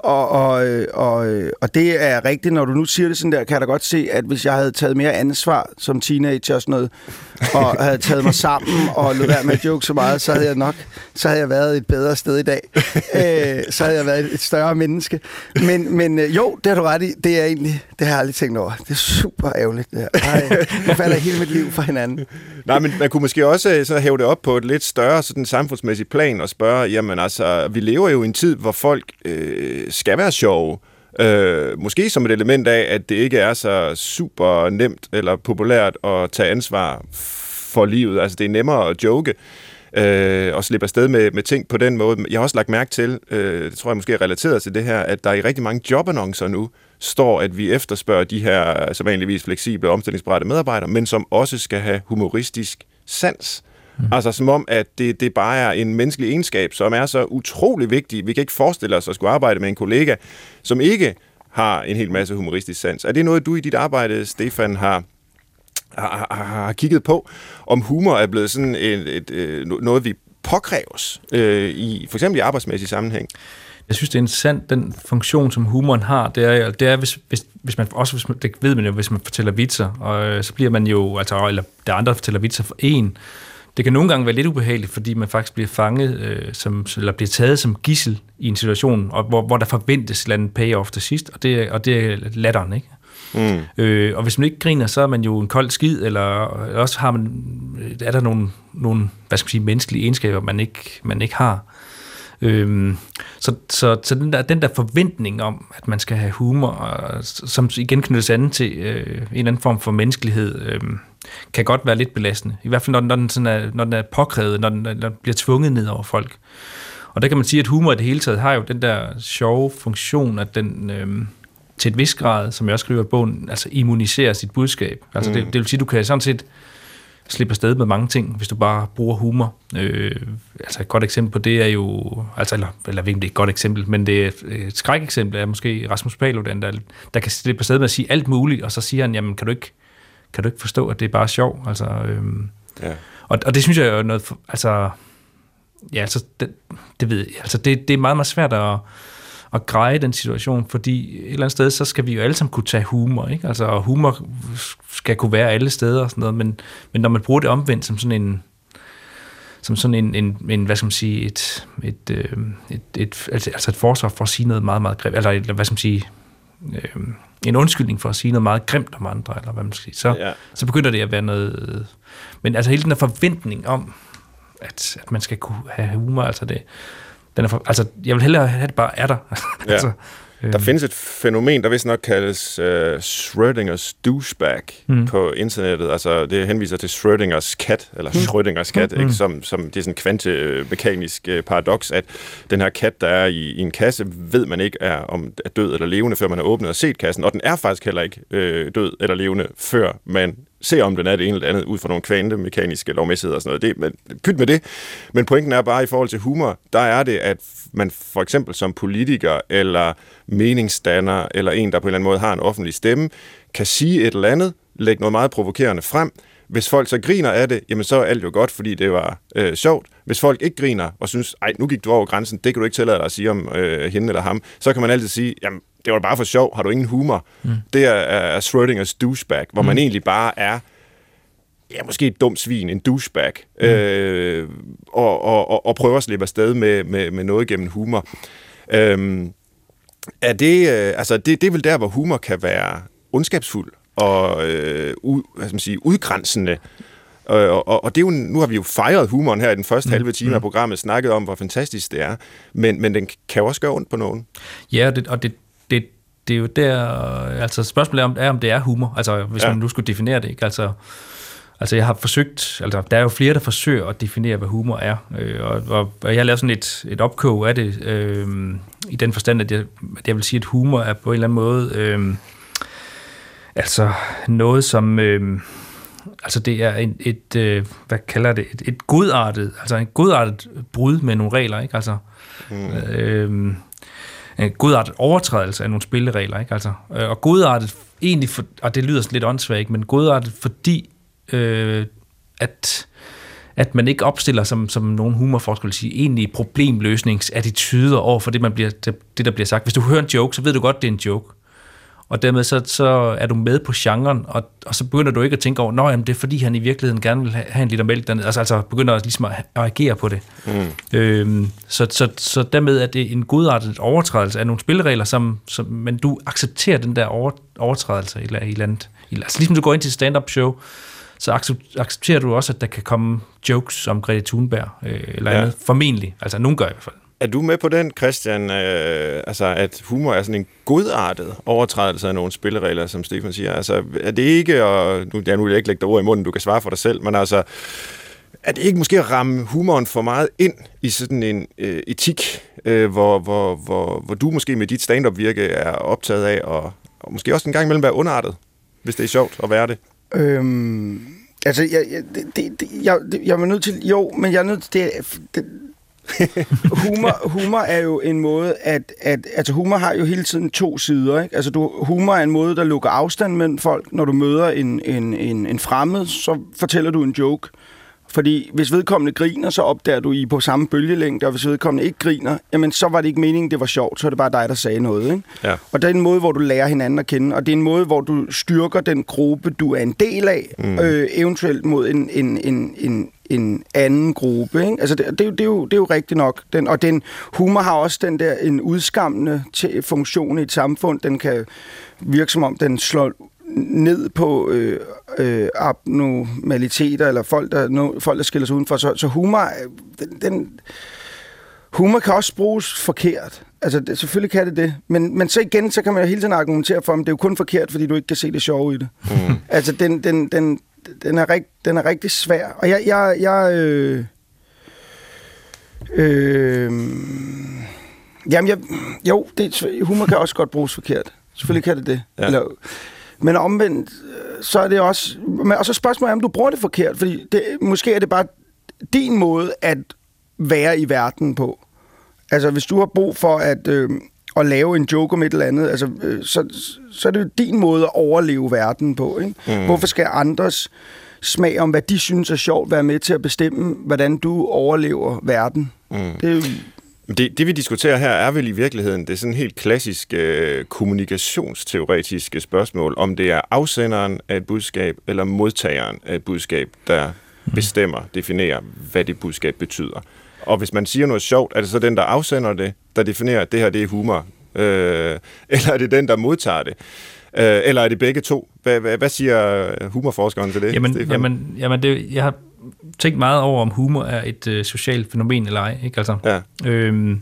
Og, og, og, og det er rigtigt, når du nu siger det sådan der, kan jeg da godt se, at hvis jeg havde taget mere ansvar som teenager og sådan noget, og havde taget mig sammen og lod være med at joke så meget, så havde jeg nok så havde jeg været et bedre sted i dag. Øh, så havde jeg været et større menneske. Men, men jo, det har du ret i. Det er egentlig, det har jeg aldrig tænkt over. Det er super ærgerligt, det her. Ej, jeg falder hele mit liv fra hinanden. Nej, men man kunne måske også så hæve det op på et lidt større sådan samfundsmæssigt plan og spørge, jamen altså, vi lever jo i en tid, hvor folk øh, skal være sjove. Øh, måske som et element af, at det ikke er så super nemt eller populært at tage ansvar for livet. Altså, det er nemmere at joke øh, og slippe afsted med, med ting på den måde. Jeg har også lagt mærke til, øh, det tror jeg måske er relateret til det her, at der i rigtig mange jobannoncer nu står, at vi efterspørger de her sædvanligvis fleksible, omstillingsparate medarbejdere, men som også skal have humoristisk sans. Mm. Altså som om, at det, det bare er en menneskelig egenskab, som er så utrolig vigtig. Vi kan ikke forestille os at skulle arbejde med en kollega, som ikke har en hel masse humoristisk sans. Er det noget, du i dit arbejde, Stefan, har, har, har, har kigget på? Om humor er blevet sådan et, et, et, noget, vi påkræves øh, i for eksempel i arbejdsmæssig sammenhæng? Jeg synes, det er interessant, den funktion, som humoren har, det er, det er hvis, hvis, hvis man også, hvis man, det ved man jo, hvis man fortæller vitser, og øh, så bliver man jo, altså, eller der andre, der fortæller vitser for en. Det kan nogle gange være lidt ubehageligt, fordi man faktisk bliver fanget, øh, som, eller bliver taget som gidsel i en situation, og hvor, hvor der forventes et eller andet payoff til sidst, og det, og det er latteren, ikke? Mm. Øh, og hvis man ikke griner, så er man jo en kold skid, eller også har man, er der nogle, nogle hvad skal man sige, menneskelige egenskaber, man ikke, man ikke har. Øhm, så så, så den, der, den der forventning om, at man skal have humor, og, som igen knyttes an til øh, en eller anden form for menneskelighed, øh, kan godt være lidt belastende. I hvert fald, når den, når den, sådan er, når den er påkrævet, når den, når den bliver tvunget ned over folk. Og der kan man sige, at humor i det hele taget har jo den der sjove funktion, at den øh, til et vis grad, som jeg også skriver i bogen, altså immuniserer sit budskab. Altså mm. det, det vil sige, at du kan sådan set slippe afsted med mange ting, hvis du bare bruger humor. Øh, altså et godt eksempel på det er jo, altså, eller, eller jeg ved ikke, det er et godt eksempel, men det er et, et skrækeksempel er måske Rasmus Paludan, der, der kan slippe afsted med at sige alt muligt, og så siger han, jamen kan du ikke, kan du ikke forstå, at det er bare sjov? Altså, øhm, ja. og, og det synes jeg er noget, altså, ja, altså, det, det ved jeg, altså det, det er meget, meget svært at at greje den situation, fordi et eller andet sted, så skal vi jo alle sammen kunne tage humor, ikke? Altså, humor skal kunne være alle steder og sådan noget, men, men når man bruger det omvendt som sådan en, som sådan en, en, en hvad skal man sige, et, et, et, et, altså et forsvar for at sige noget meget, meget grimt, eller, eller hvad skal man sige, øh, en undskyldning for at sige noget meget grimt om andre, eller hvad man skal sige, så, ja. så begynder det at være noget, men altså hele den der forventning om, at, at man skal kunne have humor, altså det, Den er for, altså, jeg vil hellere have det bare er der. Ja. altså, øh. Der findes et fænomen, der vist nok kaldes uh, Schrödingers douchebag mm. på internettet. Altså, det henviser til Schrödingers kat, eller mm. Schrödingers kat, mm. ikke? Som, som det er sådan en kvantemekanisk uh, paradoks, at den her kat, der er i, i en kasse, ved man ikke, er, om er død eller levende, før man har åbnet og set kassen. Og den er faktisk heller ikke øh, død eller levende, før man se om den er det ene eller andet, ud fra nogle kvantemekaniske lovmæssigheder og sådan noget. Det, men, pyt med det. Men pointen er bare, i forhold til humor, der er det, at man for eksempel som politiker, eller meningsdanner, eller en, der på en eller anden måde har en offentlig stemme, kan sige et eller andet, lægge noget meget provokerende frem. Hvis folk så griner af det, jamen så er alt jo godt, fordi det var øh, sjovt. Hvis folk ikke griner og synes, ej, nu gik du over grænsen, det kan du ikke tillade dig at sige om øh, hende eller ham, så kan man altid sige, jamen, det var bare for sjov, har du ingen humor? Mm. Det er, er Schrödingers douchebag, hvor mm. man egentlig bare er, ja, måske et dumt svin, en douchebag, mm. øh, og, og, og, og prøver at slippe afsted med, med, med noget gennem humor. Øhm, er det, øh, altså det, det er vel der, hvor humor kan være ondskabsfuld og øh, ud, hvad skal man sige, udgrænsende. Og, og, og det er jo, nu har vi jo fejret humoren her i den første mm. halve time af programmet, snakket om, hvor fantastisk det er, men, men den kan jo også gøre ondt på nogen. Ja, det, og det, det, det er jo der, altså spørgsmålet er, om, er, om det er humor, altså hvis ja. man nu skulle definere det, ikke? Altså, altså jeg har forsøgt, altså der er jo flere, der forsøger at definere, hvad humor er, øh, og, og, og jeg har lavet sådan et, et opkog af det, øh, i den forstand, at jeg, at jeg vil sige, at humor er på en eller anden måde, øh, altså noget, som... Øh, Altså det er et, et øh, hvad kalder det, et, et godartet, altså en godartet brud med nogle regler, ikke? Altså mm. øh, en godartet overtrædelse af nogle spilleregler, ikke? Altså øh, og godartet egentlig, for, og det lyder lidt åndssvagt, men godartet fordi øh, at at man ikke opstiller, som, som nogle humorforskere vil sige, egentlig problemløsningsattityder over for det, man bliver, det, det, der bliver sagt. Hvis du hører en joke, så ved du godt, det er en joke. Og dermed så, så er du med på genren, og, og så begynder du ikke at tænke over, nå, jamen, det er fordi, han i virkeligheden gerne vil have en liter mælk dernede. Altså, altså begynder ligesom at, at agere på det. Mm. Øhm, så, så, så dermed er det en godartet overtrædelse af nogle spilleregler, som, som, men du accepterer den der over, overtrædelse i et eller andet. Altså ligesom du går ind til stand-up show, så accepterer du også, at der kan komme jokes om Grete Thunberg, øh, eller ja. andet. Formentlig. Altså, nogen gør i hvert fald. Er du med på den, Christian, øh, altså at humor er sådan en godartet overtrædelse af nogle spilleregler, som Stefan siger? Altså, er det ikke, og nu, ja, nu vil jeg ikke lægge dig ord i munden, du kan svare for dig selv, men altså, er det ikke måske at ramme humoren for meget ind i sådan en øh, etik, øh, hvor, hvor, hvor, hvor du måske med dit stand-up-virke er optaget af, og, og måske også en gang imellem være underartet, hvis det er sjovt at være det? Øhm, altså, jeg, jeg, det, det, jeg, jeg er nødt til, jo, men jeg er nødt til, det, det humor, humor er jo en måde, at, at altså humor har jo hele tiden to sider, ikke? Altså du, humor er en måde, der lukker afstand mellem folk. Når du møder en, en, en, en fremmed, så fortæller du en joke. Fordi hvis vedkommende griner, så opdager du, I er på samme bølgelængde, og hvis vedkommende ikke griner, jamen så var det ikke meningen, det var sjovt, så er det bare dig, der sagde noget, ikke? Ja. Og det er en måde, hvor du lærer hinanden at kende, og det er en måde, hvor du styrker den gruppe, du er en del af, mm. øh, eventuelt mod en, en, en, en, en anden gruppe, ikke? Altså det, det, er jo, det, er jo, det er jo rigtigt nok. Den, og den humor har også den der en udskammende funktion i et samfund. Den kan virke som om, den slår ned på øh, øh, abnormaliteter, eller folk, der, no, folk, der skiller sig udenfor. Så, så humor, den, den, humor kan også bruges forkert. Altså, det, selvfølgelig kan det det. Men, men så igen, så kan man jo hele tiden argumentere for, om det er jo kun forkert, fordi du ikke kan se det sjove i det. Mm. Altså, den, den, den, den, er rigt, den er rigtig svær. Og jeg... jeg, jeg øh, øh, jamen, jeg, jo, det, humor kan også godt bruges forkert. Selvfølgelig kan det det. Ja. Eller, men omvendt, så er det også... Og så spørgsmålet er, om du bruger det forkert, fordi det, måske er det bare din måde at være i verden på. Altså, hvis du har brug for at, øh, at lave en joke om et eller andet, altså, øh, så, så er det jo din måde at overleve verden på, ikke? Mm. Hvorfor skal andres smag om, hvad de synes er sjovt, være med til at bestemme, hvordan du overlever verden? Mm. Det er jo... Det, det, vi diskuterer her, er vel i virkeligheden, det er sådan helt klassisk øh, kommunikationsteoretiske spørgsmål, om det er afsenderen af et budskab, eller modtageren af et budskab, der bestemmer, definerer, hvad det budskab betyder. Og hvis man siger noget sjovt, er det så den, der afsender det, der definerer, at det her det er humor? Øh, eller er det den, der modtager det? Øh, eller er det begge to? Hvad, hvad, hvad siger humorforskeren til det? Jamen, jamen, jamen det, jeg har tænkt meget over, om humor er et øh, socialt fænomen eller ej. Ikke? Altså, ja. øhm,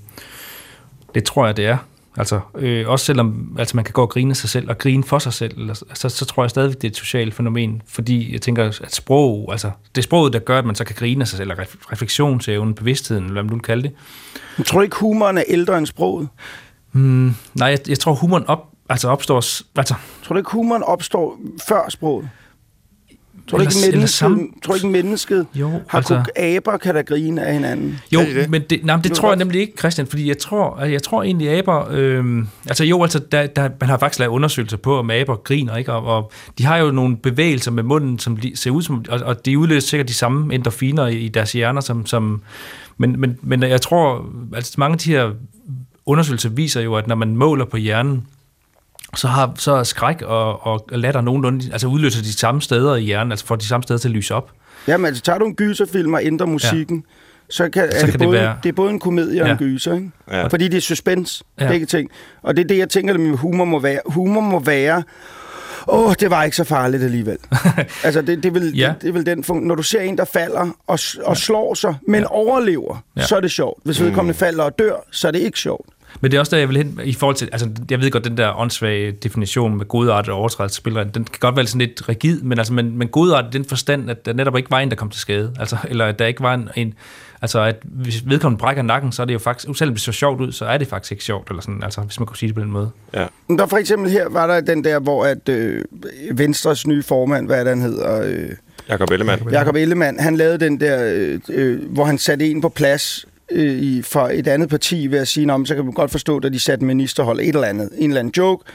det tror jeg, det er. Altså, øh, også selvom altså, man kan gå og grine sig selv, og grine for sig selv, eller, så, så tror jeg stadigvæk, det er et socialt fænomen, fordi jeg tænker, at sprog, altså, det er sproget, der gør, at man så kan grine af sig selv, eller refleksionsevnen, bevidstheden, eller hvad man nu vil kalde det. Men tror du ikke, humoren er ældre end sproget? Hmm, nej, jeg, jeg tror, humoren op, altså opstår... Altså, tror du ikke, humoren opstår før sproget? Tror du ikke, mennesket, tror ikke mennesket jo, har altså, kunne, aber kan der grine af hinanden? Jo, det det? men det, nej, men det tror jeg nemlig ikke, Christian, fordi jeg tror, jeg tror egentlig, aber... Øh, altså jo, altså, der, der, man har faktisk lavet undersøgelser på, om aber griner, ikke? Og, og de har jo nogle bevægelser med munden, som ser ud som... Og, og de udløser sikkert de samme endorfiner i, i deres hjerner, som... som men, men, men jeg tror, altså mange af de her undersøgelser viser jo, at når man måler på hjernen, så har så er skræk og, og latter nogenlunde, altså udløser de samme steder i hjernen, altså får de samme steder til at lyse op. Jamen altså, tager du en gyserfilm og ændrer musikken, ja. så, kan, så er det, kan både, det, være... det er både en komedie og ja. en gyser, ikke? Ja. Fordi det er suspense, ja. begge ting. Og det er det, jeg tænker, at humor må være. Humor må være, åh, oh, det var ikke så farligt alligevel. altså, det, det, vil, ja. det, det er vel den funktion. Når du ser en, der falder og, og ja. slår sig, men ja. overlever, ja. så er det sjovt. Hvis vedkommende mm. falder og dør, så er det ikke sjovt. Men det er også der, jeg vil hen i forhold til, altså jeg ved godt, den der åndssvage definition med godartet og overtrædelsesspillere, den kan godt være sådan lidt rigid, men altså, men, men godartet den forstand, at der netop ikke var en, der kom til skade, altså, eller at der ikke var en, en altså at hvis vedkommende brækker nakken, så er det jo faktisk, selvom det ser sjovt ud, så er det faktisk ikke sjovt, eller sådan, altså hvis man kunne sige det på den måde. Ja. Der for eksempel her var der den der, hvor at øh, Venstres nye formand, hvad er det, han hedder? Øh, Jakob Ellemann. Jakob Ellemann, han lavede den der, øh, øh, hvor han satte en på plads, i, fra et andet parti ved at sige, så kan man godt forstå, at de satte ministerhold et eller andet, en eller anden joke,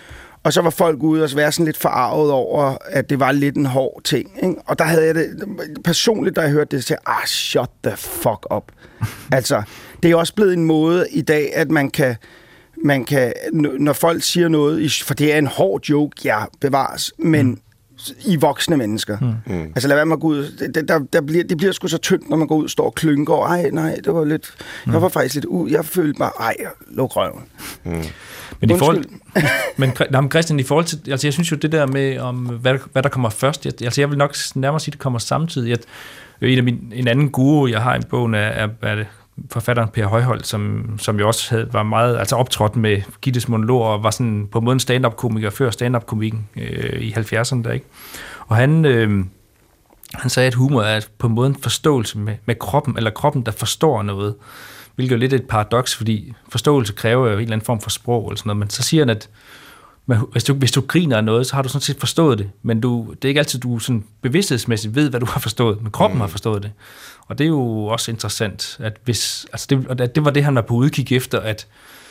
Og så var folk ude og være sådan lidt forarvet over, at det var lidt en hård ting. Ikke? Og der havde jeg det personligt, da jeg hørte det, så sagde jeg, ah, shut the fuck up. Altså, det er også blevet en måde i dag, at man kan, man kan når folk siger noget, for det er en hård joke, ja, bevares, men mm. i voksne mennesker. Mm. Mm. Altså lad være med at gå ud. Det, der, der bliver, det bliver sgu så tyndt, når man går ud og står og klynker. Ej, nej, det var lidt... Mm. Jeg var faktisk lidt ud. Jeg følte bare, ej, luk røven. Mm. Men, i forhold, men, men Christian, i forhold til... Altså jeg synes jo, det der med, om hvad, hvad der kommer først... Jeg, altså jeg vil nok nærmere sige, det kommer samtidig. At, en, af min, en anden guru, jeg har i bogen, er, er, er det forfatteren Per Højholt, som, som jo også havde, var meget altså optrådt med Gittes monologer, og var sådan på en måde en stand-up-komiker før stand-up-komikken øh, i halvfjerdserne der, ikke? Og han, øh, han sagde, at humor er på en måde en forståelse med, med kroppen, eller kroppen, der forstår noget, hvilket er lidt et paradoks, fordi forståelse kræver jo en eller anden form for sprog, eller sådan noget, men så siger han, at hvis du, hvis du griner af noget, så har du sådan set forstået det, men du, det er ikke altid, du sådan bevidsthedsmæssigt ved, hvad du har forstået, men kroppen mm. har forstået det. Og det er jo også interessant, at hvis, altså det, og det var det, han var på udkig efter, at,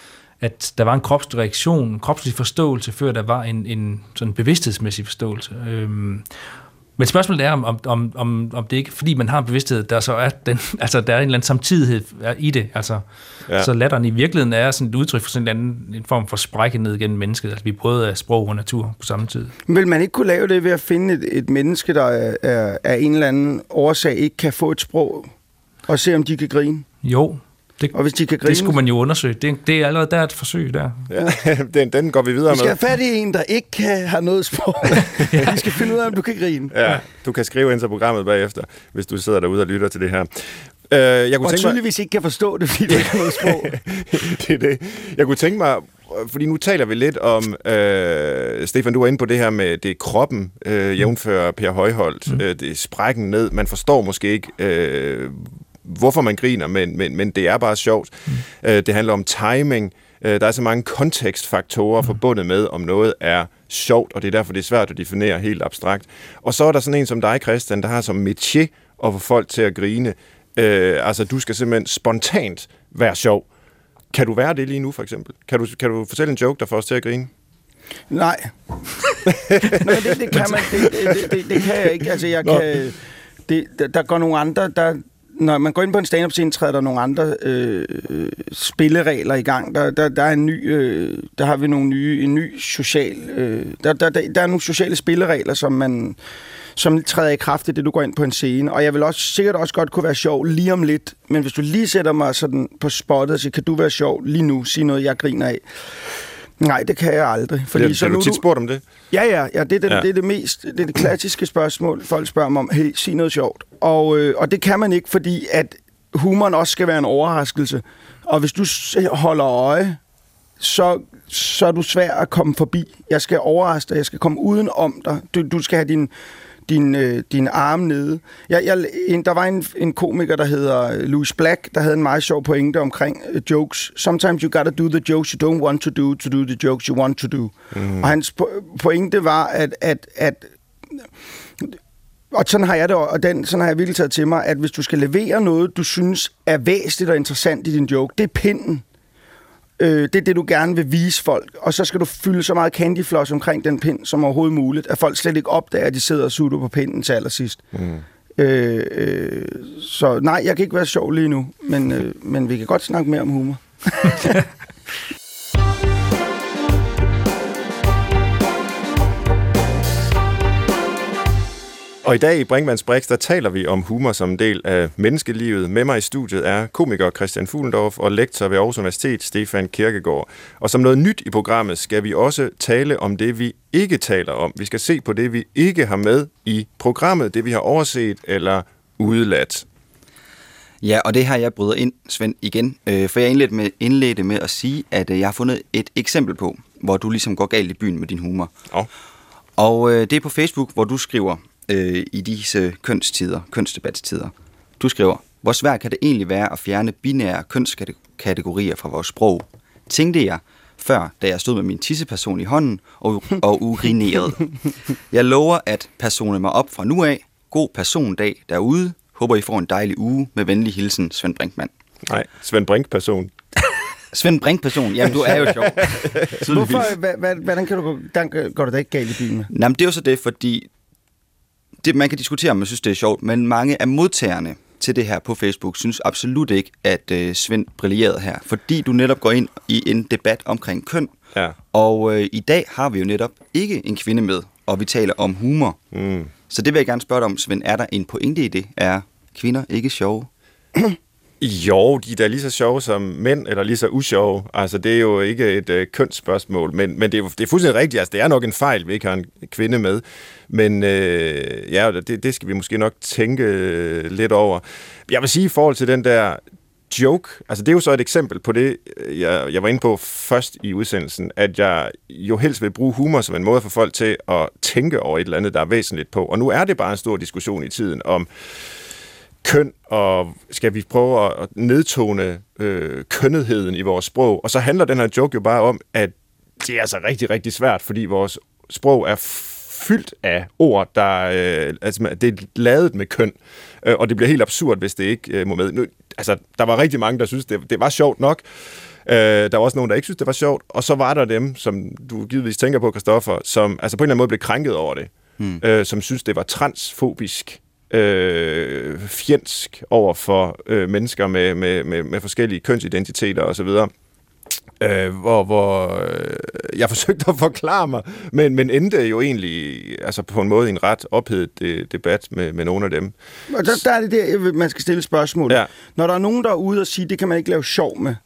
at der var en kropslig reaktion, en kropslig forståelse, før der var en, en sådan bevidsthedsmæssig forståelse. Øhm, men spørgsmålet er, om, om, om, om det ikke, fordi man har en bevidsthed, der så er den, altså der er en eller anden samtidighed i det, altså ja. Så latteren i virkeligheden er sådan et udtryk for sådan en anden en form for sprække ned gennem mennesket, altså vi prøvede af sprog og natur på samme tid. Vil man ikke kunne lave det ved at finde et, et menneske, der er, er, er en eller anden årsag ikke kan få et sprog, og se om de kan grine? Jo. Det, og hvis de kan grine, det skulle man jo undersøge. Det, det er allerede der et forsøg der. Ja, den, den går vi videre med. Vi skal have fat i en, der ikke kan have noget sprog. ja. Vi skal finde ud af, om du kan grine. Ja, du kan skrive ind til programmet bagefter, hvis du sidder derude og lytter til det her. Uh, jeg kunne og tydeligvis mig... ikke kan forstå det, fordi du ikke har noget sprog. det er det. Jeg kunne tænke mig, fordi nu taler vi lidt om, øh, Stefan, du var inde på det her med det kroppen, øh, jævnfører Per Højholt, mm. øh, det er sprækken ned. Man forstår måske ikke, øh, hvorfor man griner, men, men, men det er bare sjovt. Mm. Øh, det handler om timing. Øh, der er så mange kontekstfaktorer mm. forbundet med, om noget er sjovt, og det er derfor, det er svært at definere helt abstrakt. Og så er der sådan en som dig, Christian, der har som métier at få folk til at grine. Øh, altså, du skal simpelthen spontant være sjov. Kan du være det lige nu, for eksempel? Kan du, kan du fortælle en joke, der får os til at grine? Nej. Nej, det, det kan man. Det, det, det, det kan jeg ikke. Altså, jeg kan... Det, der, der går nogle andre... Der, når man går ind på en stand-up-scene, træder der nogle andre øh, spilleregler i gang. Der, der, der er en ny... Øh, der har vi nogle nye... En ny social... Øh, der, der, der, der er nogle sociale spilleregler, som man... som træder i kraft i det, du går ind på en scene. Og jeg vil også sikkert også godt kunne være sjov lige om lidt, men hvis du lige sætter mig sådan på spottet og siger, kan du være sjov lige nu, sige noget, jeg griner af? Nej, det kan jeg aldrig. Fordi ja, så har du nu tit spurgt om det? Ja, ja, ja, det, er det, ja. det er det mest, det er det klassiske spørgsmål, folk spørger mig om, hey, sig noget sjovt. Og, øh, og det kan man ikke, fordi at humoren også skal være en overraskelse. Og hvis du holder øje, så, så er du svær at komme forbi. Jeg skal overraske dig, jeg skal komme uden om dig. Du, du skal have din... din, øh, din arm nede. Jeg, jeg, en, der var en, en komiker, der hedder Louis Black, der havde en meget sjov pointe omkring uh, jokes. Sometimes you gotta do the jokes you don't want to do, to do the jokes you want to do. Mm. Og hans po- pointe var, at, at, at og sådan har jeg det, og den, sådan har jeg virkelig taget til mig, at hvis du skal levere noget, du synes er væsentligt og interessant i din joke, det er pinden. Øh, det er det, du gerne vil vise folk. Og så skal du fylde så meget candyfloss omkring den pind som overhovedet muligt, at folk slet ikke opdager, at de sidder og sutter på pinden til allersidst. Mm. Øh, øh, så nej, jeg kan ikke være sjov lige nu, men, øh, men vi kan godt snakke mere om humor. Og i dag i Brinkmanns Brix, der taler vi om humor som en del af menneskelivet. Med mig i studiet er komiker Christian Fuhlendorff og lektor ved Aarhus Universitet, Stefan Kierkegaard. Og som noget nyt i programmet skal vi også tale om det, vi ikke taler om. Vi skal se på det, vi ikke har med i programmet, det vi har overset eller udeladt. Ja, og det her jeg bryder ind, Svend, igen. Øh, for jeg indledte med, indledte med at sige, at øh, jeg har fundet et eksempel på, hvor du ligesom går galt i byen med din humor. Oh. Og øh, det er på Facebook, hvor du skriver... Øh, i disse kønstider, kønsdebatstider. Du skriver, hvor svært kan det egentlig være at fjerne binære kønskategorier fra vores sprog? Tænkte jeg før, da jeg stod med min tisseperson i hånden og, og urinerede. Jeg lover at persone mig op fra nu af. God persondag derude. Håber I får en dejlig uge. Med venlig hilsen, Svend Brinkmann. Nej, Svend Brink-person. Svend Brink-person. Jamen, du er jo sjov. Hvorfor, hvad, hvad, hvordan kan du gå, der går det da ikke galt i byen med? Jamen, det er jo så det, fordi det, man kan diskutere, om man synes, det er sjovt, men mange af modtagerne til det her på Facebook synes absolut ikke, at øh, Svend brillerede her, fordi du netop går ind i en debat omkring køn, ja. og øh, i dag har vi jo netop ikke en kvinde med, og vi taler om humor. Mm. Så det vil jeg gerne spørge dig om, Svend, er der en pointe i det? Er kvinder ikke sjove? Jo, de er da lige så sjove som mænd, eller lige så usjove. Altså, det er jo ikke et øh, kønsspørgsmål, men, men det, er jo, det er fuldstændig rigtigt. Altså, det er nok en fejl, vi ikke har en kvinde med. Men øh, ja, det, det skal vi måske nok tænke øh, lidt over. Jeg vil sige i forhold til den der joke, altså det er jo så et eksempel på det, jeg, jeg var inde på først i udsendelsen, at jeg jo helst vil bruge humor som en måde for folk til at tænke over et eller andet, der er væsentligt på. Og nu er det bare en stor diskussion i tiden om køn, og skal vi prøve at nedtone øh, kønnetheden i vores sprog. Og så handler den her joke jo bare om, at det er altså rigtig, rigtig svært, fordi vores sprog er fyldt af ord, der øh, altså, det er ladet med køn, øh, og det bliver helt absurd, hvis det ikke øh, må med. Nu, altså, der var rigtig mange, der synes det, det var sjovt nok. Øh, der var også nogen, der ikke synes det var sjovt, og så var der dem, som du givetvis tænker på, Christoffer, som altså på en eller anden måde blev krænket over det, hmm. øh, som synes det var transfobisk, øh, fjendsk over for øh, mennesker med, med, med, med forskellige kønsidentiteter osv., Øh, hvor, hvor øh, jeg forsøgte at forklare mig, men, men endte jo egentlig altså på en måde en ret ophedet de, debat med, med nogle af dem. Og der, der er det der, man skal stille spørgsmål. Ja. Når der er nogen, der er ude og sige, det kan man ikke lave sjov med,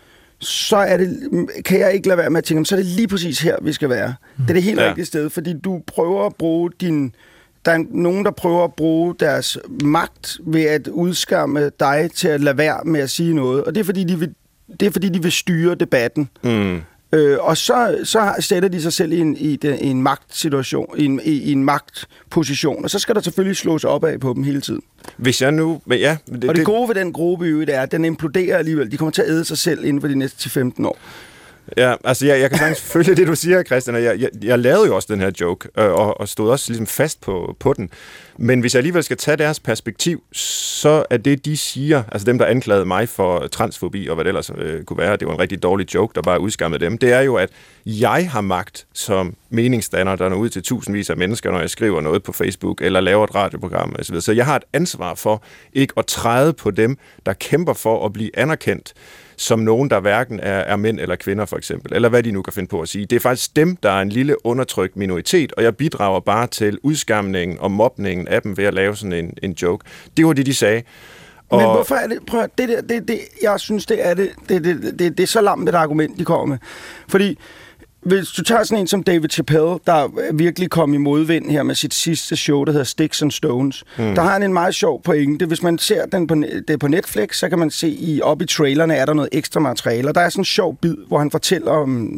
så er det, kan jeg ikke lade være med at tænke, så er det lige præcis her, vi skal være. Det er det helt ja. rigtige sted, fordi du prøver at bruge din... Der er nogen, der prøver at bruge deres magt ved at udskamme dig til at lade være med at sige noget, og det er fordi, de vil Det er, fordi de vil styre debatten. Mm. Øh, og så, så sætter de sig selv i en, i de, i en magtsituation, i en, i, i en magtposition. Og så skal der selvfølgelig slås op af på dem hele tiden. Hvis jeg nu... Men ja, det, og det gode ved den gruppe, det er, at den imploderer alligevel. De kommer til at æde sig selv inden for de næste ti til femten år. Ja, altså jeg, jeg kan sagtens følge det, du siger, Christian. Jeg, jeg, jeg lavede jo også den her joke, øh, og, og stod også ligesom fast på, på den. Men hvis jeg alligevel skal tage deres perspektiv, så er det, de siger, altså dem, der anklagede mig for transfobi, og hvad det ellers øh, kunne være, det var en rigtig dårlig joke, der bare udskammede dem, det er jo, at jeg har magt som meningsdanner, der når ud til tusindvis af mennesker, når jeg skriver noget på Facebook, eller laver et radioprogram osv. Så jeg har et ansvar for ikke at træde på dem, der kæmper for at blive anerkendt som nogen, der hverken er, er mænd eller kvinder, for eksempel, eller hvad de nu kan finde på at sige. Det er faktisk dem, der er en lille undertrykt minoritet, og jeg bidrager bare til udskamningen og mobningen af dem ved at lave sådan en, en joke. Det var det, de sagde. Og men hvorfor er det, prøv at, det, der, det, det, jeg synes, det er det, det, det, det, det er så lamt et argument, de kommer med. Fordi hvis du tager sådan en som David Chappelle, der virkelig kom i modvind her med sit sidste show, der hedder Sticks and Stones, mm. der har han en meget sjov pointe. Hvis man ser den på, det på Netflix, så kan man se, i op i trailerne er der noget ekstra materiale, og der er sådan en sjov bid, hvor han fortæller om...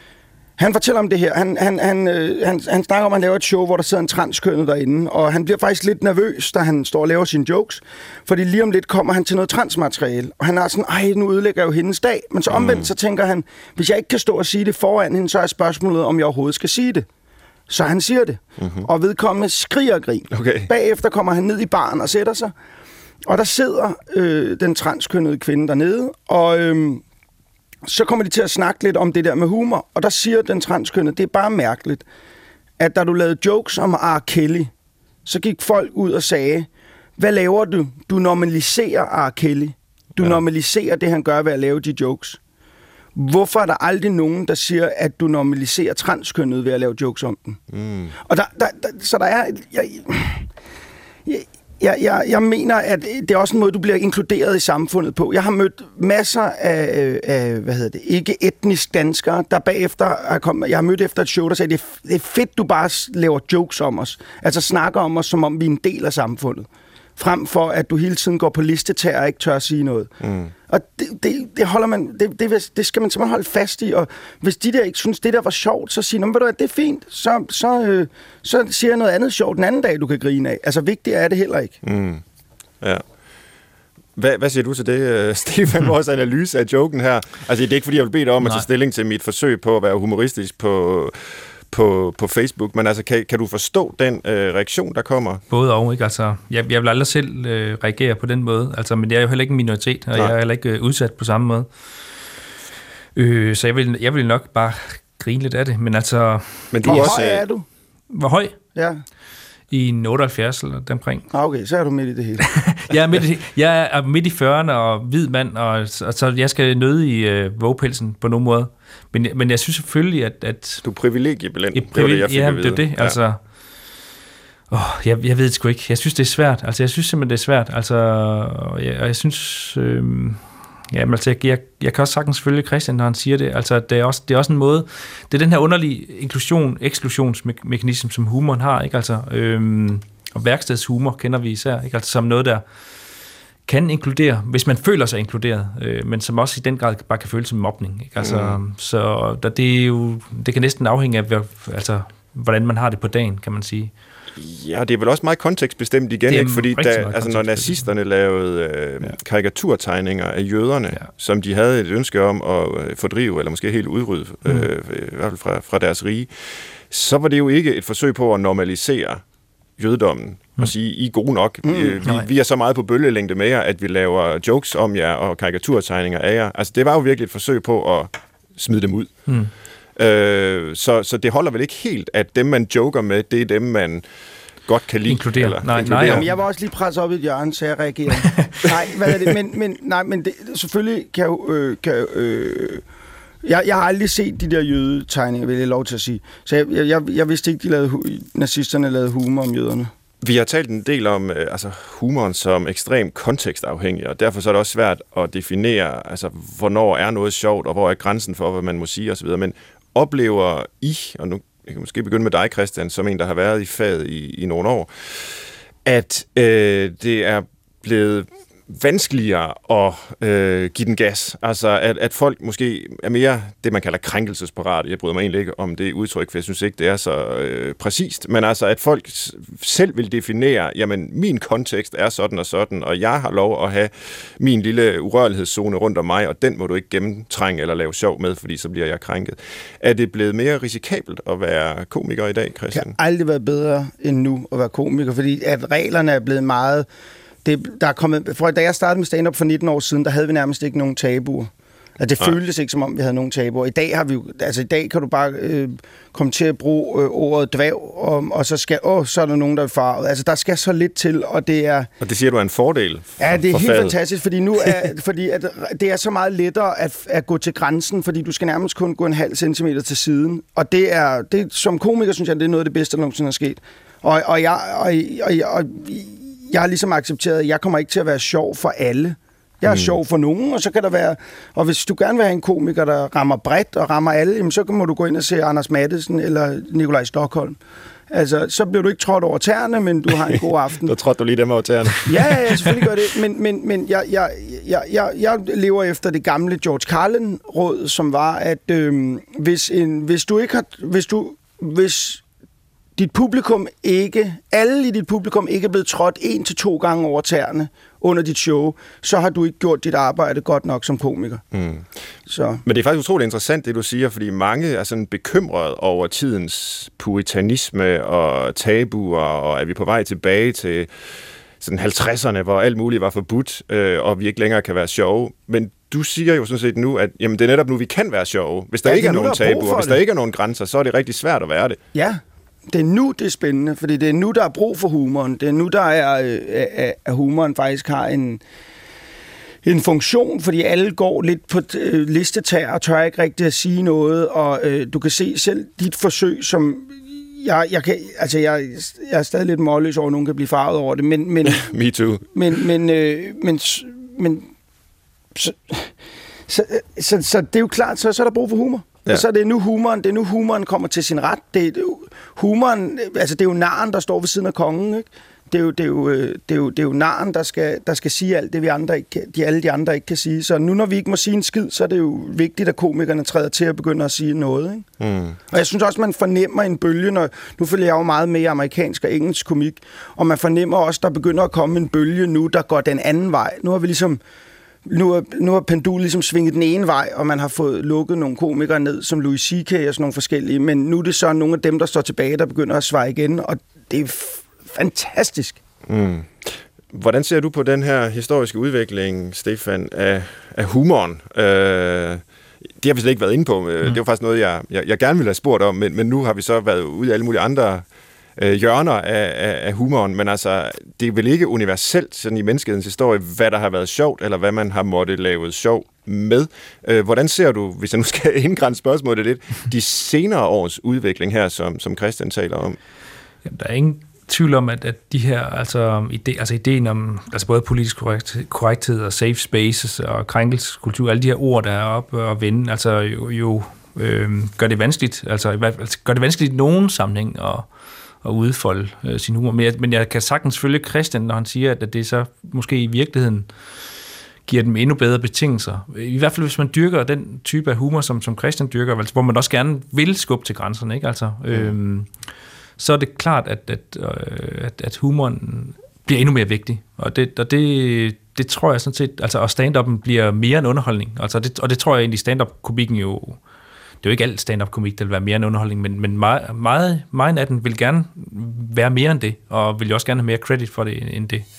Han fortæller om det her. Han, han, han, øh, han, han snakker om, at han laver et show, hvor der sidder en transkønnet derinde, og han bliver faktisk lidt nervøs, da han står og laver sine jokes, fordi lige om lidt kommer han til noget transmateriale, og han er sådan, ej, nu ødelægger jeg jo hendes dag. Men så omvendt, mm. så tænker han, hvis jeg ikke kan stå og sige det foran hende, så er spørgsmålet, om jeg overhovedet skal sige det. Så han siger det, mm-hmm. og vedkommende skriger og grin. Okay. Bagefter kommer han ned i baren og sætter sig, og der sidder øh, den transkønnede kvinde dernede, og... Øh, så kommer de til at snakke lidt om det der med humor, og der siger den transkønnede, det er bare mærkeligt, at da du lavede jokes om R. Kelly, så gik folk ud og sagde, hvad laver du? Du normaliserer R. Kelly. Du ja. normaliserer det, han gør ved at lave de jokes. Hvorfor er der aldrig nogen, der siger, at du normaliserer transkønnet ved at lave jokes om den? Mm. Og der, der, der, så der er... Jeg, jeg, Jeg, jeg, jeg mener, at det er også en måde, du bliver inkluderet i samfundet på. Jeg har mødt masser af, af hvad hedder det, ikke etnisk danskere, der bagefter er kommet... Jeg har mødt efter et show, der sagde, det er, det er fedt, du bare laver jokes om os. Altså snakker om os, som om vi er en del af samfundet. Frem for, at du hele tiden går på listetær og ikke tør at sige noget. Mm. Og det, det, det, holder man, det, det, det skal man simpelthen holde fast i. Og hvis de der ikke synes, det der var sjovt, så siger de, ved du hvad, det er fint. Så, så, øh, så siger jeg noget andet sjovt den anden dag, du kan grine af. Altså, vigtigt er det heller ikke. Mm. Ja. Hvad, hvad siger du til det, Stefan, vores analyse af joken her? Altså, det er ikke, fordi jeg vil bede dig om Nej. at tage stilling til mit forsøg på at være humoristisk på... På, på Facebook, men altså, kan, kan du forstå den øh, reaktion, der kommer? Både og, ikke? Altså, jeg, jeg vil aldrig selv øh, reagere på den måde, altså, men jeg er jo heller ikke en minoritet, og Nej. jeg er heller ikke øh, udsat på samme måde. Øh, så jeg vil, jeg vil nok bare grine lidt af det, men altså... Men du Hvor også, høj er du? Hvor høj? Ja. I otteoghalvfjerds eller deromkring. Okay, så er du midt i det hele. jeg, er midt i, jeg er midt i fyrrerne og hvid mand, og, og så jeg skal nøde i øh, vågpelsen på nogen måde. Men, men jeg synes selvfølgelig, at... at du er privilegiebelend. det var det, jeg fik ja, at vide. Det er det. Ja. Altså, åh, jeg, jeg ved det sgu ikke. Jeg synes, det er svært. Altså, jeg synes simpelthen, det er svært. Altså, og jeg, og jeg synes... Øh, ja, men altså, jeg, jeg, jeg kan også sagtens følge Christian, når han siger det. Altså, det er også, det er også en måde... Det er den her underlige inklusion, eksklusionsmekanisme, som humoren har, ikke? Altså, øhm, og værkstedshumor kender vi især, ikke? Altså, som noget, der kan inkludere, hvis man føler sig inkluderet, øh, men som også i den grad bare kan føles som mobning, ikke? Altså, mm. så der, det er jo... Det kan næsten afhænge af, altså, hvordan man har det på dagen, kan man sige. Ja, det er vel også meget kontekstbestemt igen, ikke? Fordi da, altså, når nazisterne lavede øh, ja. karikaturtegninger af jøderne, ja. som de havde et ønske om at øh, fordrive, eller måske helt udrydde, mm. øh, i hvert fald fra, fra deres rige, så var det jo ikke et forsøg på at normalisere jødedommen mm. og sige, I er gode nok. Mm. Vi, vi er så meget på bølgelængde med jer, at vi laver jokes om jer og karikaturtegninger af jer. Altså, det var jo virkelig et forsøg på at smide dem ud. Mm. Øh, så, så det holder vel ikke helt, at dem, man joker med, det er dem, man godt kan lide. Inkludere. Eller, nej, inkludere. nej. Jamen, jeg var også lige presset op i et hjørne, så jeg reagerede. nej, hvad er det? Men, men, nej, men det, selvfølgelig kan jo... Øh, kan, øh, jeg, jeg har aldrig set de der jødetegninger, vil jeg lov til at sige. Så jeg, jeg, jeg vidste ikke, de lavede, nazisterne lavede humor om jøderne. Vi har talt en del om øh, altså humoren som ekstremt kontekstafhængig, og derfor så er det også svært at definere, altså, hvornår er noget sjovt, og hvor er grænsen for, hvad man må sige osv., men oplever I, og nu jeg kan måske begynde med dig, Christian, som en, der har været i faget i, i nogle år, at øh, det er blevet vanskeligere at øh, give den gas. Altså, at, at folk måske er mere det, man kalder krænkelsesparate. Jeg bryder mig egentlig ikke om det udtryk, for jeg synes ikke, det er så øh, præcist. Men altså, at folk selv vil definere, jamen, min kontekst er sådan og sådan, og jeg har lov at have min lille urørlighedszone rundt om mig, og den må du ikke gennemtrænge eller lave sjov med, fordi så bliver jeg krænket. Er det blevet mere risikabelt at være komiker i dag, Christian? Det har aldrig været bedre end nu at være komiker, fordi at reglerne er blevet meget... Det, der er kommet, for da jeg startede med stand-up for nitten år siden, der havde vi nærmest ikke nogen tabuer. Altså, det føltes ikke, som om vi havde nogen tabuer. I dag har vi jo, altså i dag kan du bare øh, komme til at bruge øh, ordet dvæv, og, og så skal, åh, så er der nogen, der er farvet. Altså, der skal så lidt til, og det er... Og det siger du er en fordel for, ja, det er helt faget. fantastisk, fordi nu er, fordi at det er så meget lettere at, at gå til grænsen, fordi du skal nærmest kun gå en halv centimeter til siden. Og det er, det, som komiker, synes jeg, det er noget af det bedste, der nogensinde er sket. Og, og jeg... Og, og, og, og jeg har ligesom accepteret, at jeg kommer ikke til at være sjov for alle. Jeg er mm. sjov for nogen, og så kan der være... Og hvis du gerne vil have en komiker, der rammer bredt og rammer alle, jamen, så må du gå ind og se Anders Mattesen eller Nikolaj Stockholm. Altså, så bliver du ikke trådt over tæerne, men du har en god aften. Der trådte du lige dem over tæerne. ja, ja, selvfølgelig gør det. Men, men, men jeg, jeg, jeg, jeg, jeg lever efter det gamle George Carlin-råd, som var, at øh, hvis, en, hvis du ikke har... Hvis du... Hvis dit publikum ikke, alle i dit publikum ikke er blevet trådt en til to gange over tæerne under dit show, så har du ikke gjort dit arbejde godt nok som komiker. Mm. Så. Men det er faktisk utroligt interessant, det du siger, fordi mange er sådan bekymrede over tidens puritanisme og tabuer, og er vi på vej tilbage til sådan halvtredserne, hvor alt muligt var forbudt, øh, og vi ikke længere kan være sjove. Men du siger jo sådan set nu, at jamen, det er netop nu, vi kan være sjove. Hvis der ja, ikke er, er nogen tabuer, hvis der ikke er nogen grænser, så er det rigtig svært at være det. Ja. Det er nu, det er spændende, fordi det er nu, der er brug for humoren. Det er nu, der er, at humoren faktisk har en, en funktion, fordi alle går lidt på listetag og tør ikke rigtig at sige noget, og øh, du kan se selv dit forsøg, som jeg, jeg kan, altså jeg, jeg er stadig lidt målløs over, at nogen kan blive farvet over det, men... men Me too. Men, men, øh, men, men så, så, så, så det er jo klart, så, så er der brug for humor. Ja. Og så er det nu humoren, det er nu humoren kommer til sin ret. Det, det, humoren, altså det er jo narren, der står ved siden af kongen, ikke? Det er jo, det er jo, det er jo, det er jo narren, der skal, der skal sige alt det, vi andre ikke kan, de, alle de andre ikke kan sige. Så nu, når vi ikke må sige en skid, så er det jo vigtigt, at komikerne træder til at begynde at sige noget, ikke? Mm. Og jeg synes også, man fornemmer en bølge, når, nu følger jeg jo meget med i amerikansk og engelsk komik, og man fornemmer også, der begynder at komme en bølge nu, der går den anden vej. Nu har vi ligesom... Nu er, nu er pendul ligesom svinget den ene vej, og man har fået lukket nogle komikere ned, som Louis C K og sådan nogle forskellige, men nu er det så nogle af dem, der står tilbage, der begynder at svare igen, og det er f- fantastisk. Mm. Hvordan ser du på den her historiske udvikling, Stefan, af, af humoren? Øh, det har vi slet ikke været inde på. Mm. Det var faktisk noget, jeg, jeg, jeg gerne ville have spurgt om, men, men nu har vi så været ude i alle mulige andre øh, hjørner af, af, af humoren, men altså, det er vel ikke universelt sådan i menneskehedens historie, hvad der har været sjovt, eller hvad man har måttet lave sjov med. Øh, hvordan ser du, hvis jeg nu skal indgrænse spørgsmålet lidt, de senere års udvikling her, som, som Christian taler om? Jamen, der er ingen tvivl om, at, at de her, altså, ide, altså ideen om altså både politisk korrekt, korrekthed og safe spaces og krænkelseskultur, alle de her ord, der er oppe og vende, altså jo, jo øh, gør det vanskeligt, altså, altså gør det vanskeligt i nogen sammenhæng at, at udfolde øh, sin humor. Men jeg, men jeg kan sagtens følge Christian, når han siger, at, at det så måske i virkeligheden giver dem endnu bedre betingelser. I hvert fald, hvis man dyrker den type af humor, som, som Christian dyrker, altså, hvor man også gerne vil skubbe til grænserne, ikke? Altså, øh, så er det klart, at, at, at, at humoren bliver endnu mere vigtig. Og det, og det, det tror jeg sådan set, altså, og stand-up'en bliver mere en underholdning. Altså, det, og det tror jeg egentlig, stand-up-komikken jo, det er jo ikke alt stand-up-komik, der vil være mere en underholdning, men, men meget, meget, meget af den vil gerne være mere end det, og vil jo også gerne have mere credit for det end det.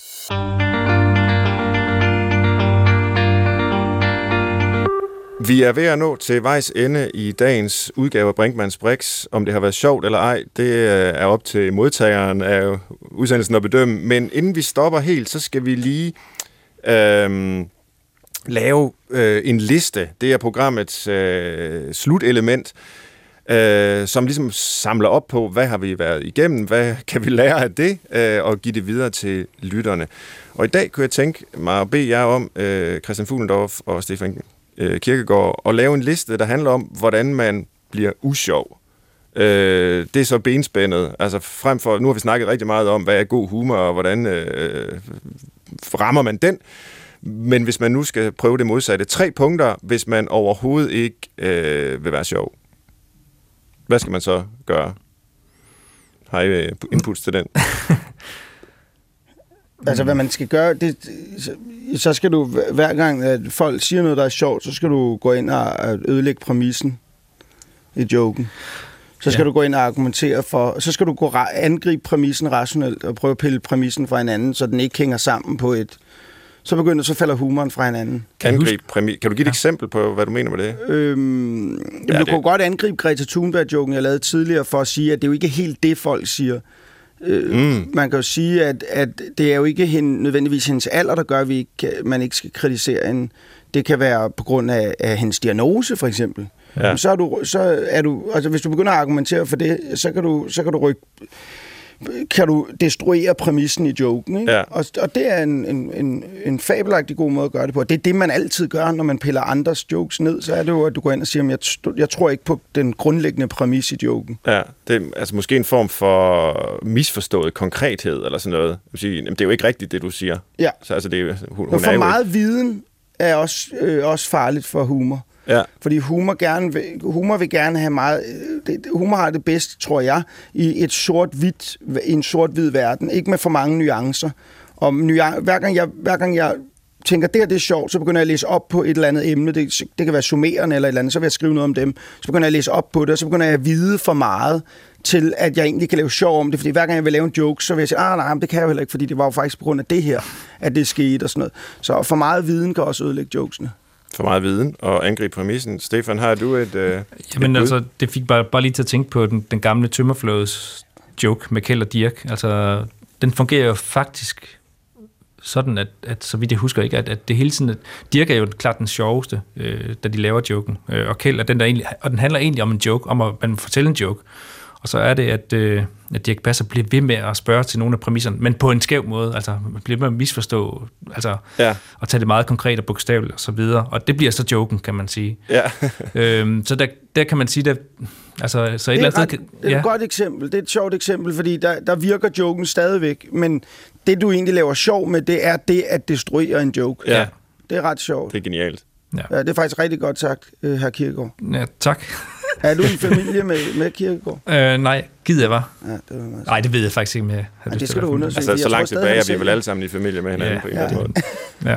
Vi er ved at nå til vejs ende i dagens udgave af Brinkmanns Brix. Om det har været sjovt eller ej, det er op til modtageren af udsendelsen at bedømme. Men inden vi stopper helt, så skal vi lige øh, lave øh, en liste. Det er programmets øh, slutelement, øh, som ligesom samler op på, hvad har vi været igennem, hvad kan vi lære af det, øh, og give det videre til lytterne. Og i dag kunne jeg tænke mig at bede jer om, øh, Christian Fuhlendorff og Stefan Kierkegaard, og lave en liste, der handler om, hvordan man bliver usjov. Øh, det er så benspændet. Altså frem for, nu har vi snakket rigtig meget om, hvad er god humor, og hvordan øh, rammer man den. Men hvis man nu skal prøve det modsatte, tre punkter, hvis man overhovedet ikke øh, vil være sjov. Hvad skal man så gøre? Har I inputs til den? Altså, hvad man skal gøre, det, så skal du, hver gang at folk siger noget, der er sjovt, så skal du gå ind og ødelægge præmissen i joken. Så skal ja. du gå ind og argumentere for, så skal du gå angribe præmissen rationelt og prøve at pille præmissen fra hinanden, så den ikke hænger sammen på et... Så begynder, så falder humoren fra hinanden. Kan, angribe præmis. Kan du give et ja. eksempel på, hvad du mener med det? Øhm, ja, du det... kunne godt angribe Greta Thunberg-joken, jeg lavede tidligere, for at sige, at det er jo ikke helt det, folk siger. Mm. Man kan jo sige, at, at det er jo ikke hende, nødvendigvis hendes alder, der gør, at vi ikke, man ikke skal kritisere hende. Det kan være på grund af, af hendes diagnose, for eksempel. Ja. Så er du, så er du, altså hvis du begynder at argumentere for det, så kan du, så kan du rykke, kan du destruere præmissen i joken, ikke? Ja. Og, og det er en, en, en, en fabelagtig god måde at gøre det på. Det er det, man altid gør, når man piller andres jokes ned. Så er det jo, at du går ind og siger, jeg, jeg tror ikke på den grundlæggende præmis i joken. Ja, det er altså måske en form for misforstået konkrethed, eller sådan noget. Det er jo ikke rigtigt, det du siger. Ja. Så, altså, det er, hun, hun for er meget ikke... viden er også, øh, også farligt for humor. Ja. Fordi humor, gerne vil, humor vil gerne have meget... Det, humor har det bedst, tror jeg, i et sort-hvidt, i en sort-hvid verden. Ikke med for mange nuancer. Og nuan- hver, gang jeg, hver gang jeg tænker, det her det er sjovt, så begynder jeg at læse op på et eller andet emne. Det, det kan være summerende eller et eller andet, så vil jeg skrive noget om dem. Så begynder jeg at læse op på det, og så begynder jeg at vide for meget til, at jeg egentlig kan lave sjov om det. Fordi hver gang jeg vil lave en joke, så vil jeg sige, ah nej, det kan jeg jo heller ikke, fordi det var jo faktisk på grund af det her, at det skete og sådan noget. Så for meget viden kan også ødelægge jokesene. For meget viden og angribe præmissen. Stefan, har du et... Øh, Jamen et altså, det fik bare, bare lige til at tænke på den, den gamle tømmerflådes joke med Kjeld og Dirch. Altså, den fungerer jo faktisk sådan, at, at så vidt jeg husker ikke, at, at det hele tiden... At Dirch er jo klart den sjoveste, øh, da de laver joken. Øh, og Kjeld er den, der egentlig... Og den handler egentlig om en joke, om at man fortæller en joke. Og så er det, at, øh, at Dirch Passer bliver ved med at spørge til nogle af præmisserne, men på en skæv måde. Altså, man bliver med at misforstå, altså, ja. Og tage det meget konkret og bogstaveligt og så videre. Og det bliver så joken, kan man sige. Ja. øhm, så der, der kan man sige, at altså, så et det er, eller ret, sted, det er ja. et godt eksempel. Det er et sjovt eksempel, fordi der, der virker joken stadigvæk, men det, du egentlig laver sjov med, det er det at destruere en joke. Ja. Det er ret sjovt. Det er genialt. Ja, ja det er faktisk rigtig godt sagt, hr. Kierkegaard. Ja, tak. Er du i familie med, med Kierkegaard? Øh, nej, gider jeg var. Ja, det var meget nej, det ved jeg faktisk ikke mere. Ja, det skal du undersøge. Altså, så langt tilbage er vi vel alle sammen i familie med hinanden ja. på en eller anden måde. Ja.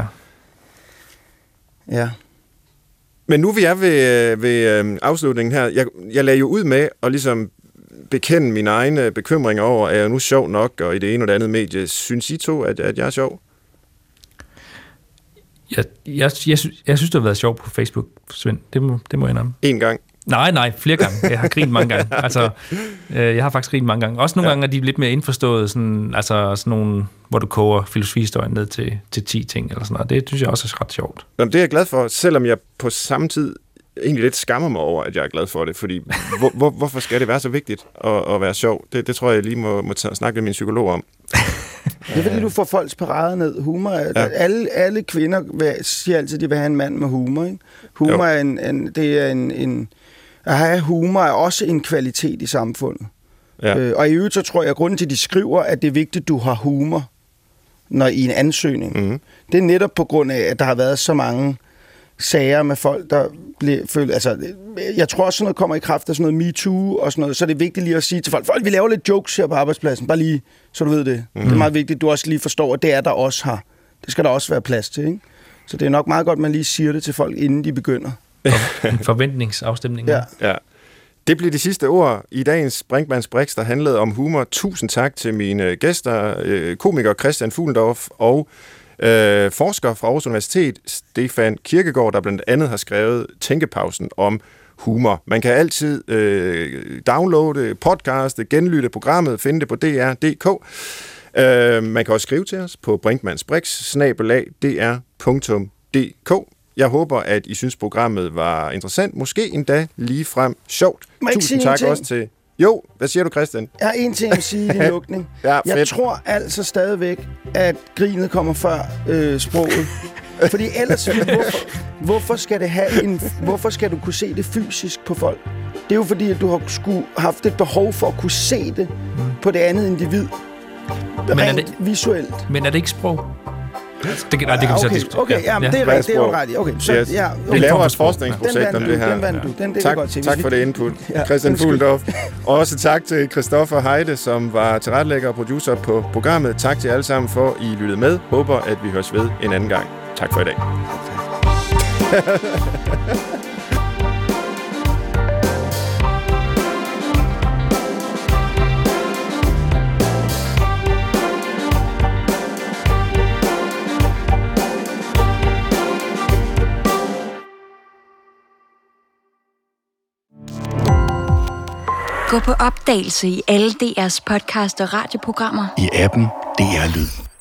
Ja. Men nu vi er ved, ved afslutningen her, jeg, jeg lagde jo ud med at ligesom bekende mine egne bekymringer over, er jeg nu sjov nok, og i det ene og det andet medie. Synes I to, at, at jeg er sjov? Jeg, jeg, jeg, synes, jeg synes, det har været sjovt på Facebook, Svend. Det må, det må jeg indrømme. En gang? Nej, nej, flere gange. Jeg har grint mange gange. Altså, øh, jeg har faktisk grint mange gange. Også nogle ja. gange er de lidt mere indforstået, sådan, altså sådan nogle, hvor du koger filosofihistorien ned til, til ti ting, eller sådan noget. Det synes jeg også er ret sjovt. Jamen, det er jeg glad for, selvom jeg på samme tid egentlig lidt skammer mig over, at jeg er glad for det, fordi hvor, hvor, hvorfor skal det være så vigtigt at, at være sjov? Det, det tror jeg, jeg lige må, må tage, snakke med min psykolog om. Det er fordi, du får folks parade ned. Humor er, ja. alle, alle kvinder vil, siger altid, at de vil have en mand med humor. Ikke? Humor jo. er en, en, det er en, en... At have humor er også en kvalitet i samfundet. Ja. Øh, og i øvrigt så tror jeg, at grunden til, at de skriver, at det er vigtigt, at du har humor når i en ansøgning, mm-hmm. det er netop på grund af, at der har været så mange sager med folk, der bliver følt... Altså, jeg tror også, sådan noget kommer i kraft af sådan noget MeToo og sådan noget, så er det vigtigt lige at sige til folk, folk, vi laver lidt jokes her på arbejdspladsen, bare lige, så du ved det. Mm-hmm. Det er meget vigtigt, at du også lige forstår, at det er der også har. Det skal der også være plads til, ikke? Så det er nok meget godt, at man lige siger det til folk, inden de begynder. En forventningsafstemning. Ja. ja. Det blev de sidste ord i dagens Brinkmanns Brix, der handlede om humor. Tusind tak til mine gæster, komiker Christian Fuhlendorff og øh, forsker fra Aarhus Universitet, Stefan Kierkegaard, der blandt andet har skrevet Tænkepausen om humor. Man kan altid øh, downloade, podcaste, genlytte programmet, finde det på d r punktum d k. Øh, man kan også skrive til os på brinkmannsbrix snabel-a d r punktum d k. Jeg håber, at I synes, programmet var interessant. Måske endda ligefrem sjovt. Tusind tak også til... Jo, hvad siger du, Christian? Jeg har en ting at sige i din lukning. Ja, jeg tror altså stadigvæk, at grinet kommer før øh, sproget. Fordi ellers... Hvorfor, hvorfor, skal det have en, hvorfor skal du kunne se det fysisk på folk? Det er jo fordi, at du har skulle, haft et behov for at kunne se det på det andet individ. Rent men det, visuelt. Men er det ikke sprog? Det, nej, det kan vi så okay, diskutere. Okay, ja, men det er rigtigt, det er jo ret. Okay, så, yes. ja, okay. Vi laver et forskningsprojekt om det her. Den vandt du, den, det tak, godt til. Tak for det input, ja, Christian Fuhlendorff. Og også tak til Christoffer Heide, som var tilrettelægger og producer på programmet. Tak til jer alle sammen for, at I lyttede med. Håber, at vi høres ved en anden gang. Tak for i dag. Gå på opdagelse i alle D R's podcast og radioprogrammer. I appen D R Lyd.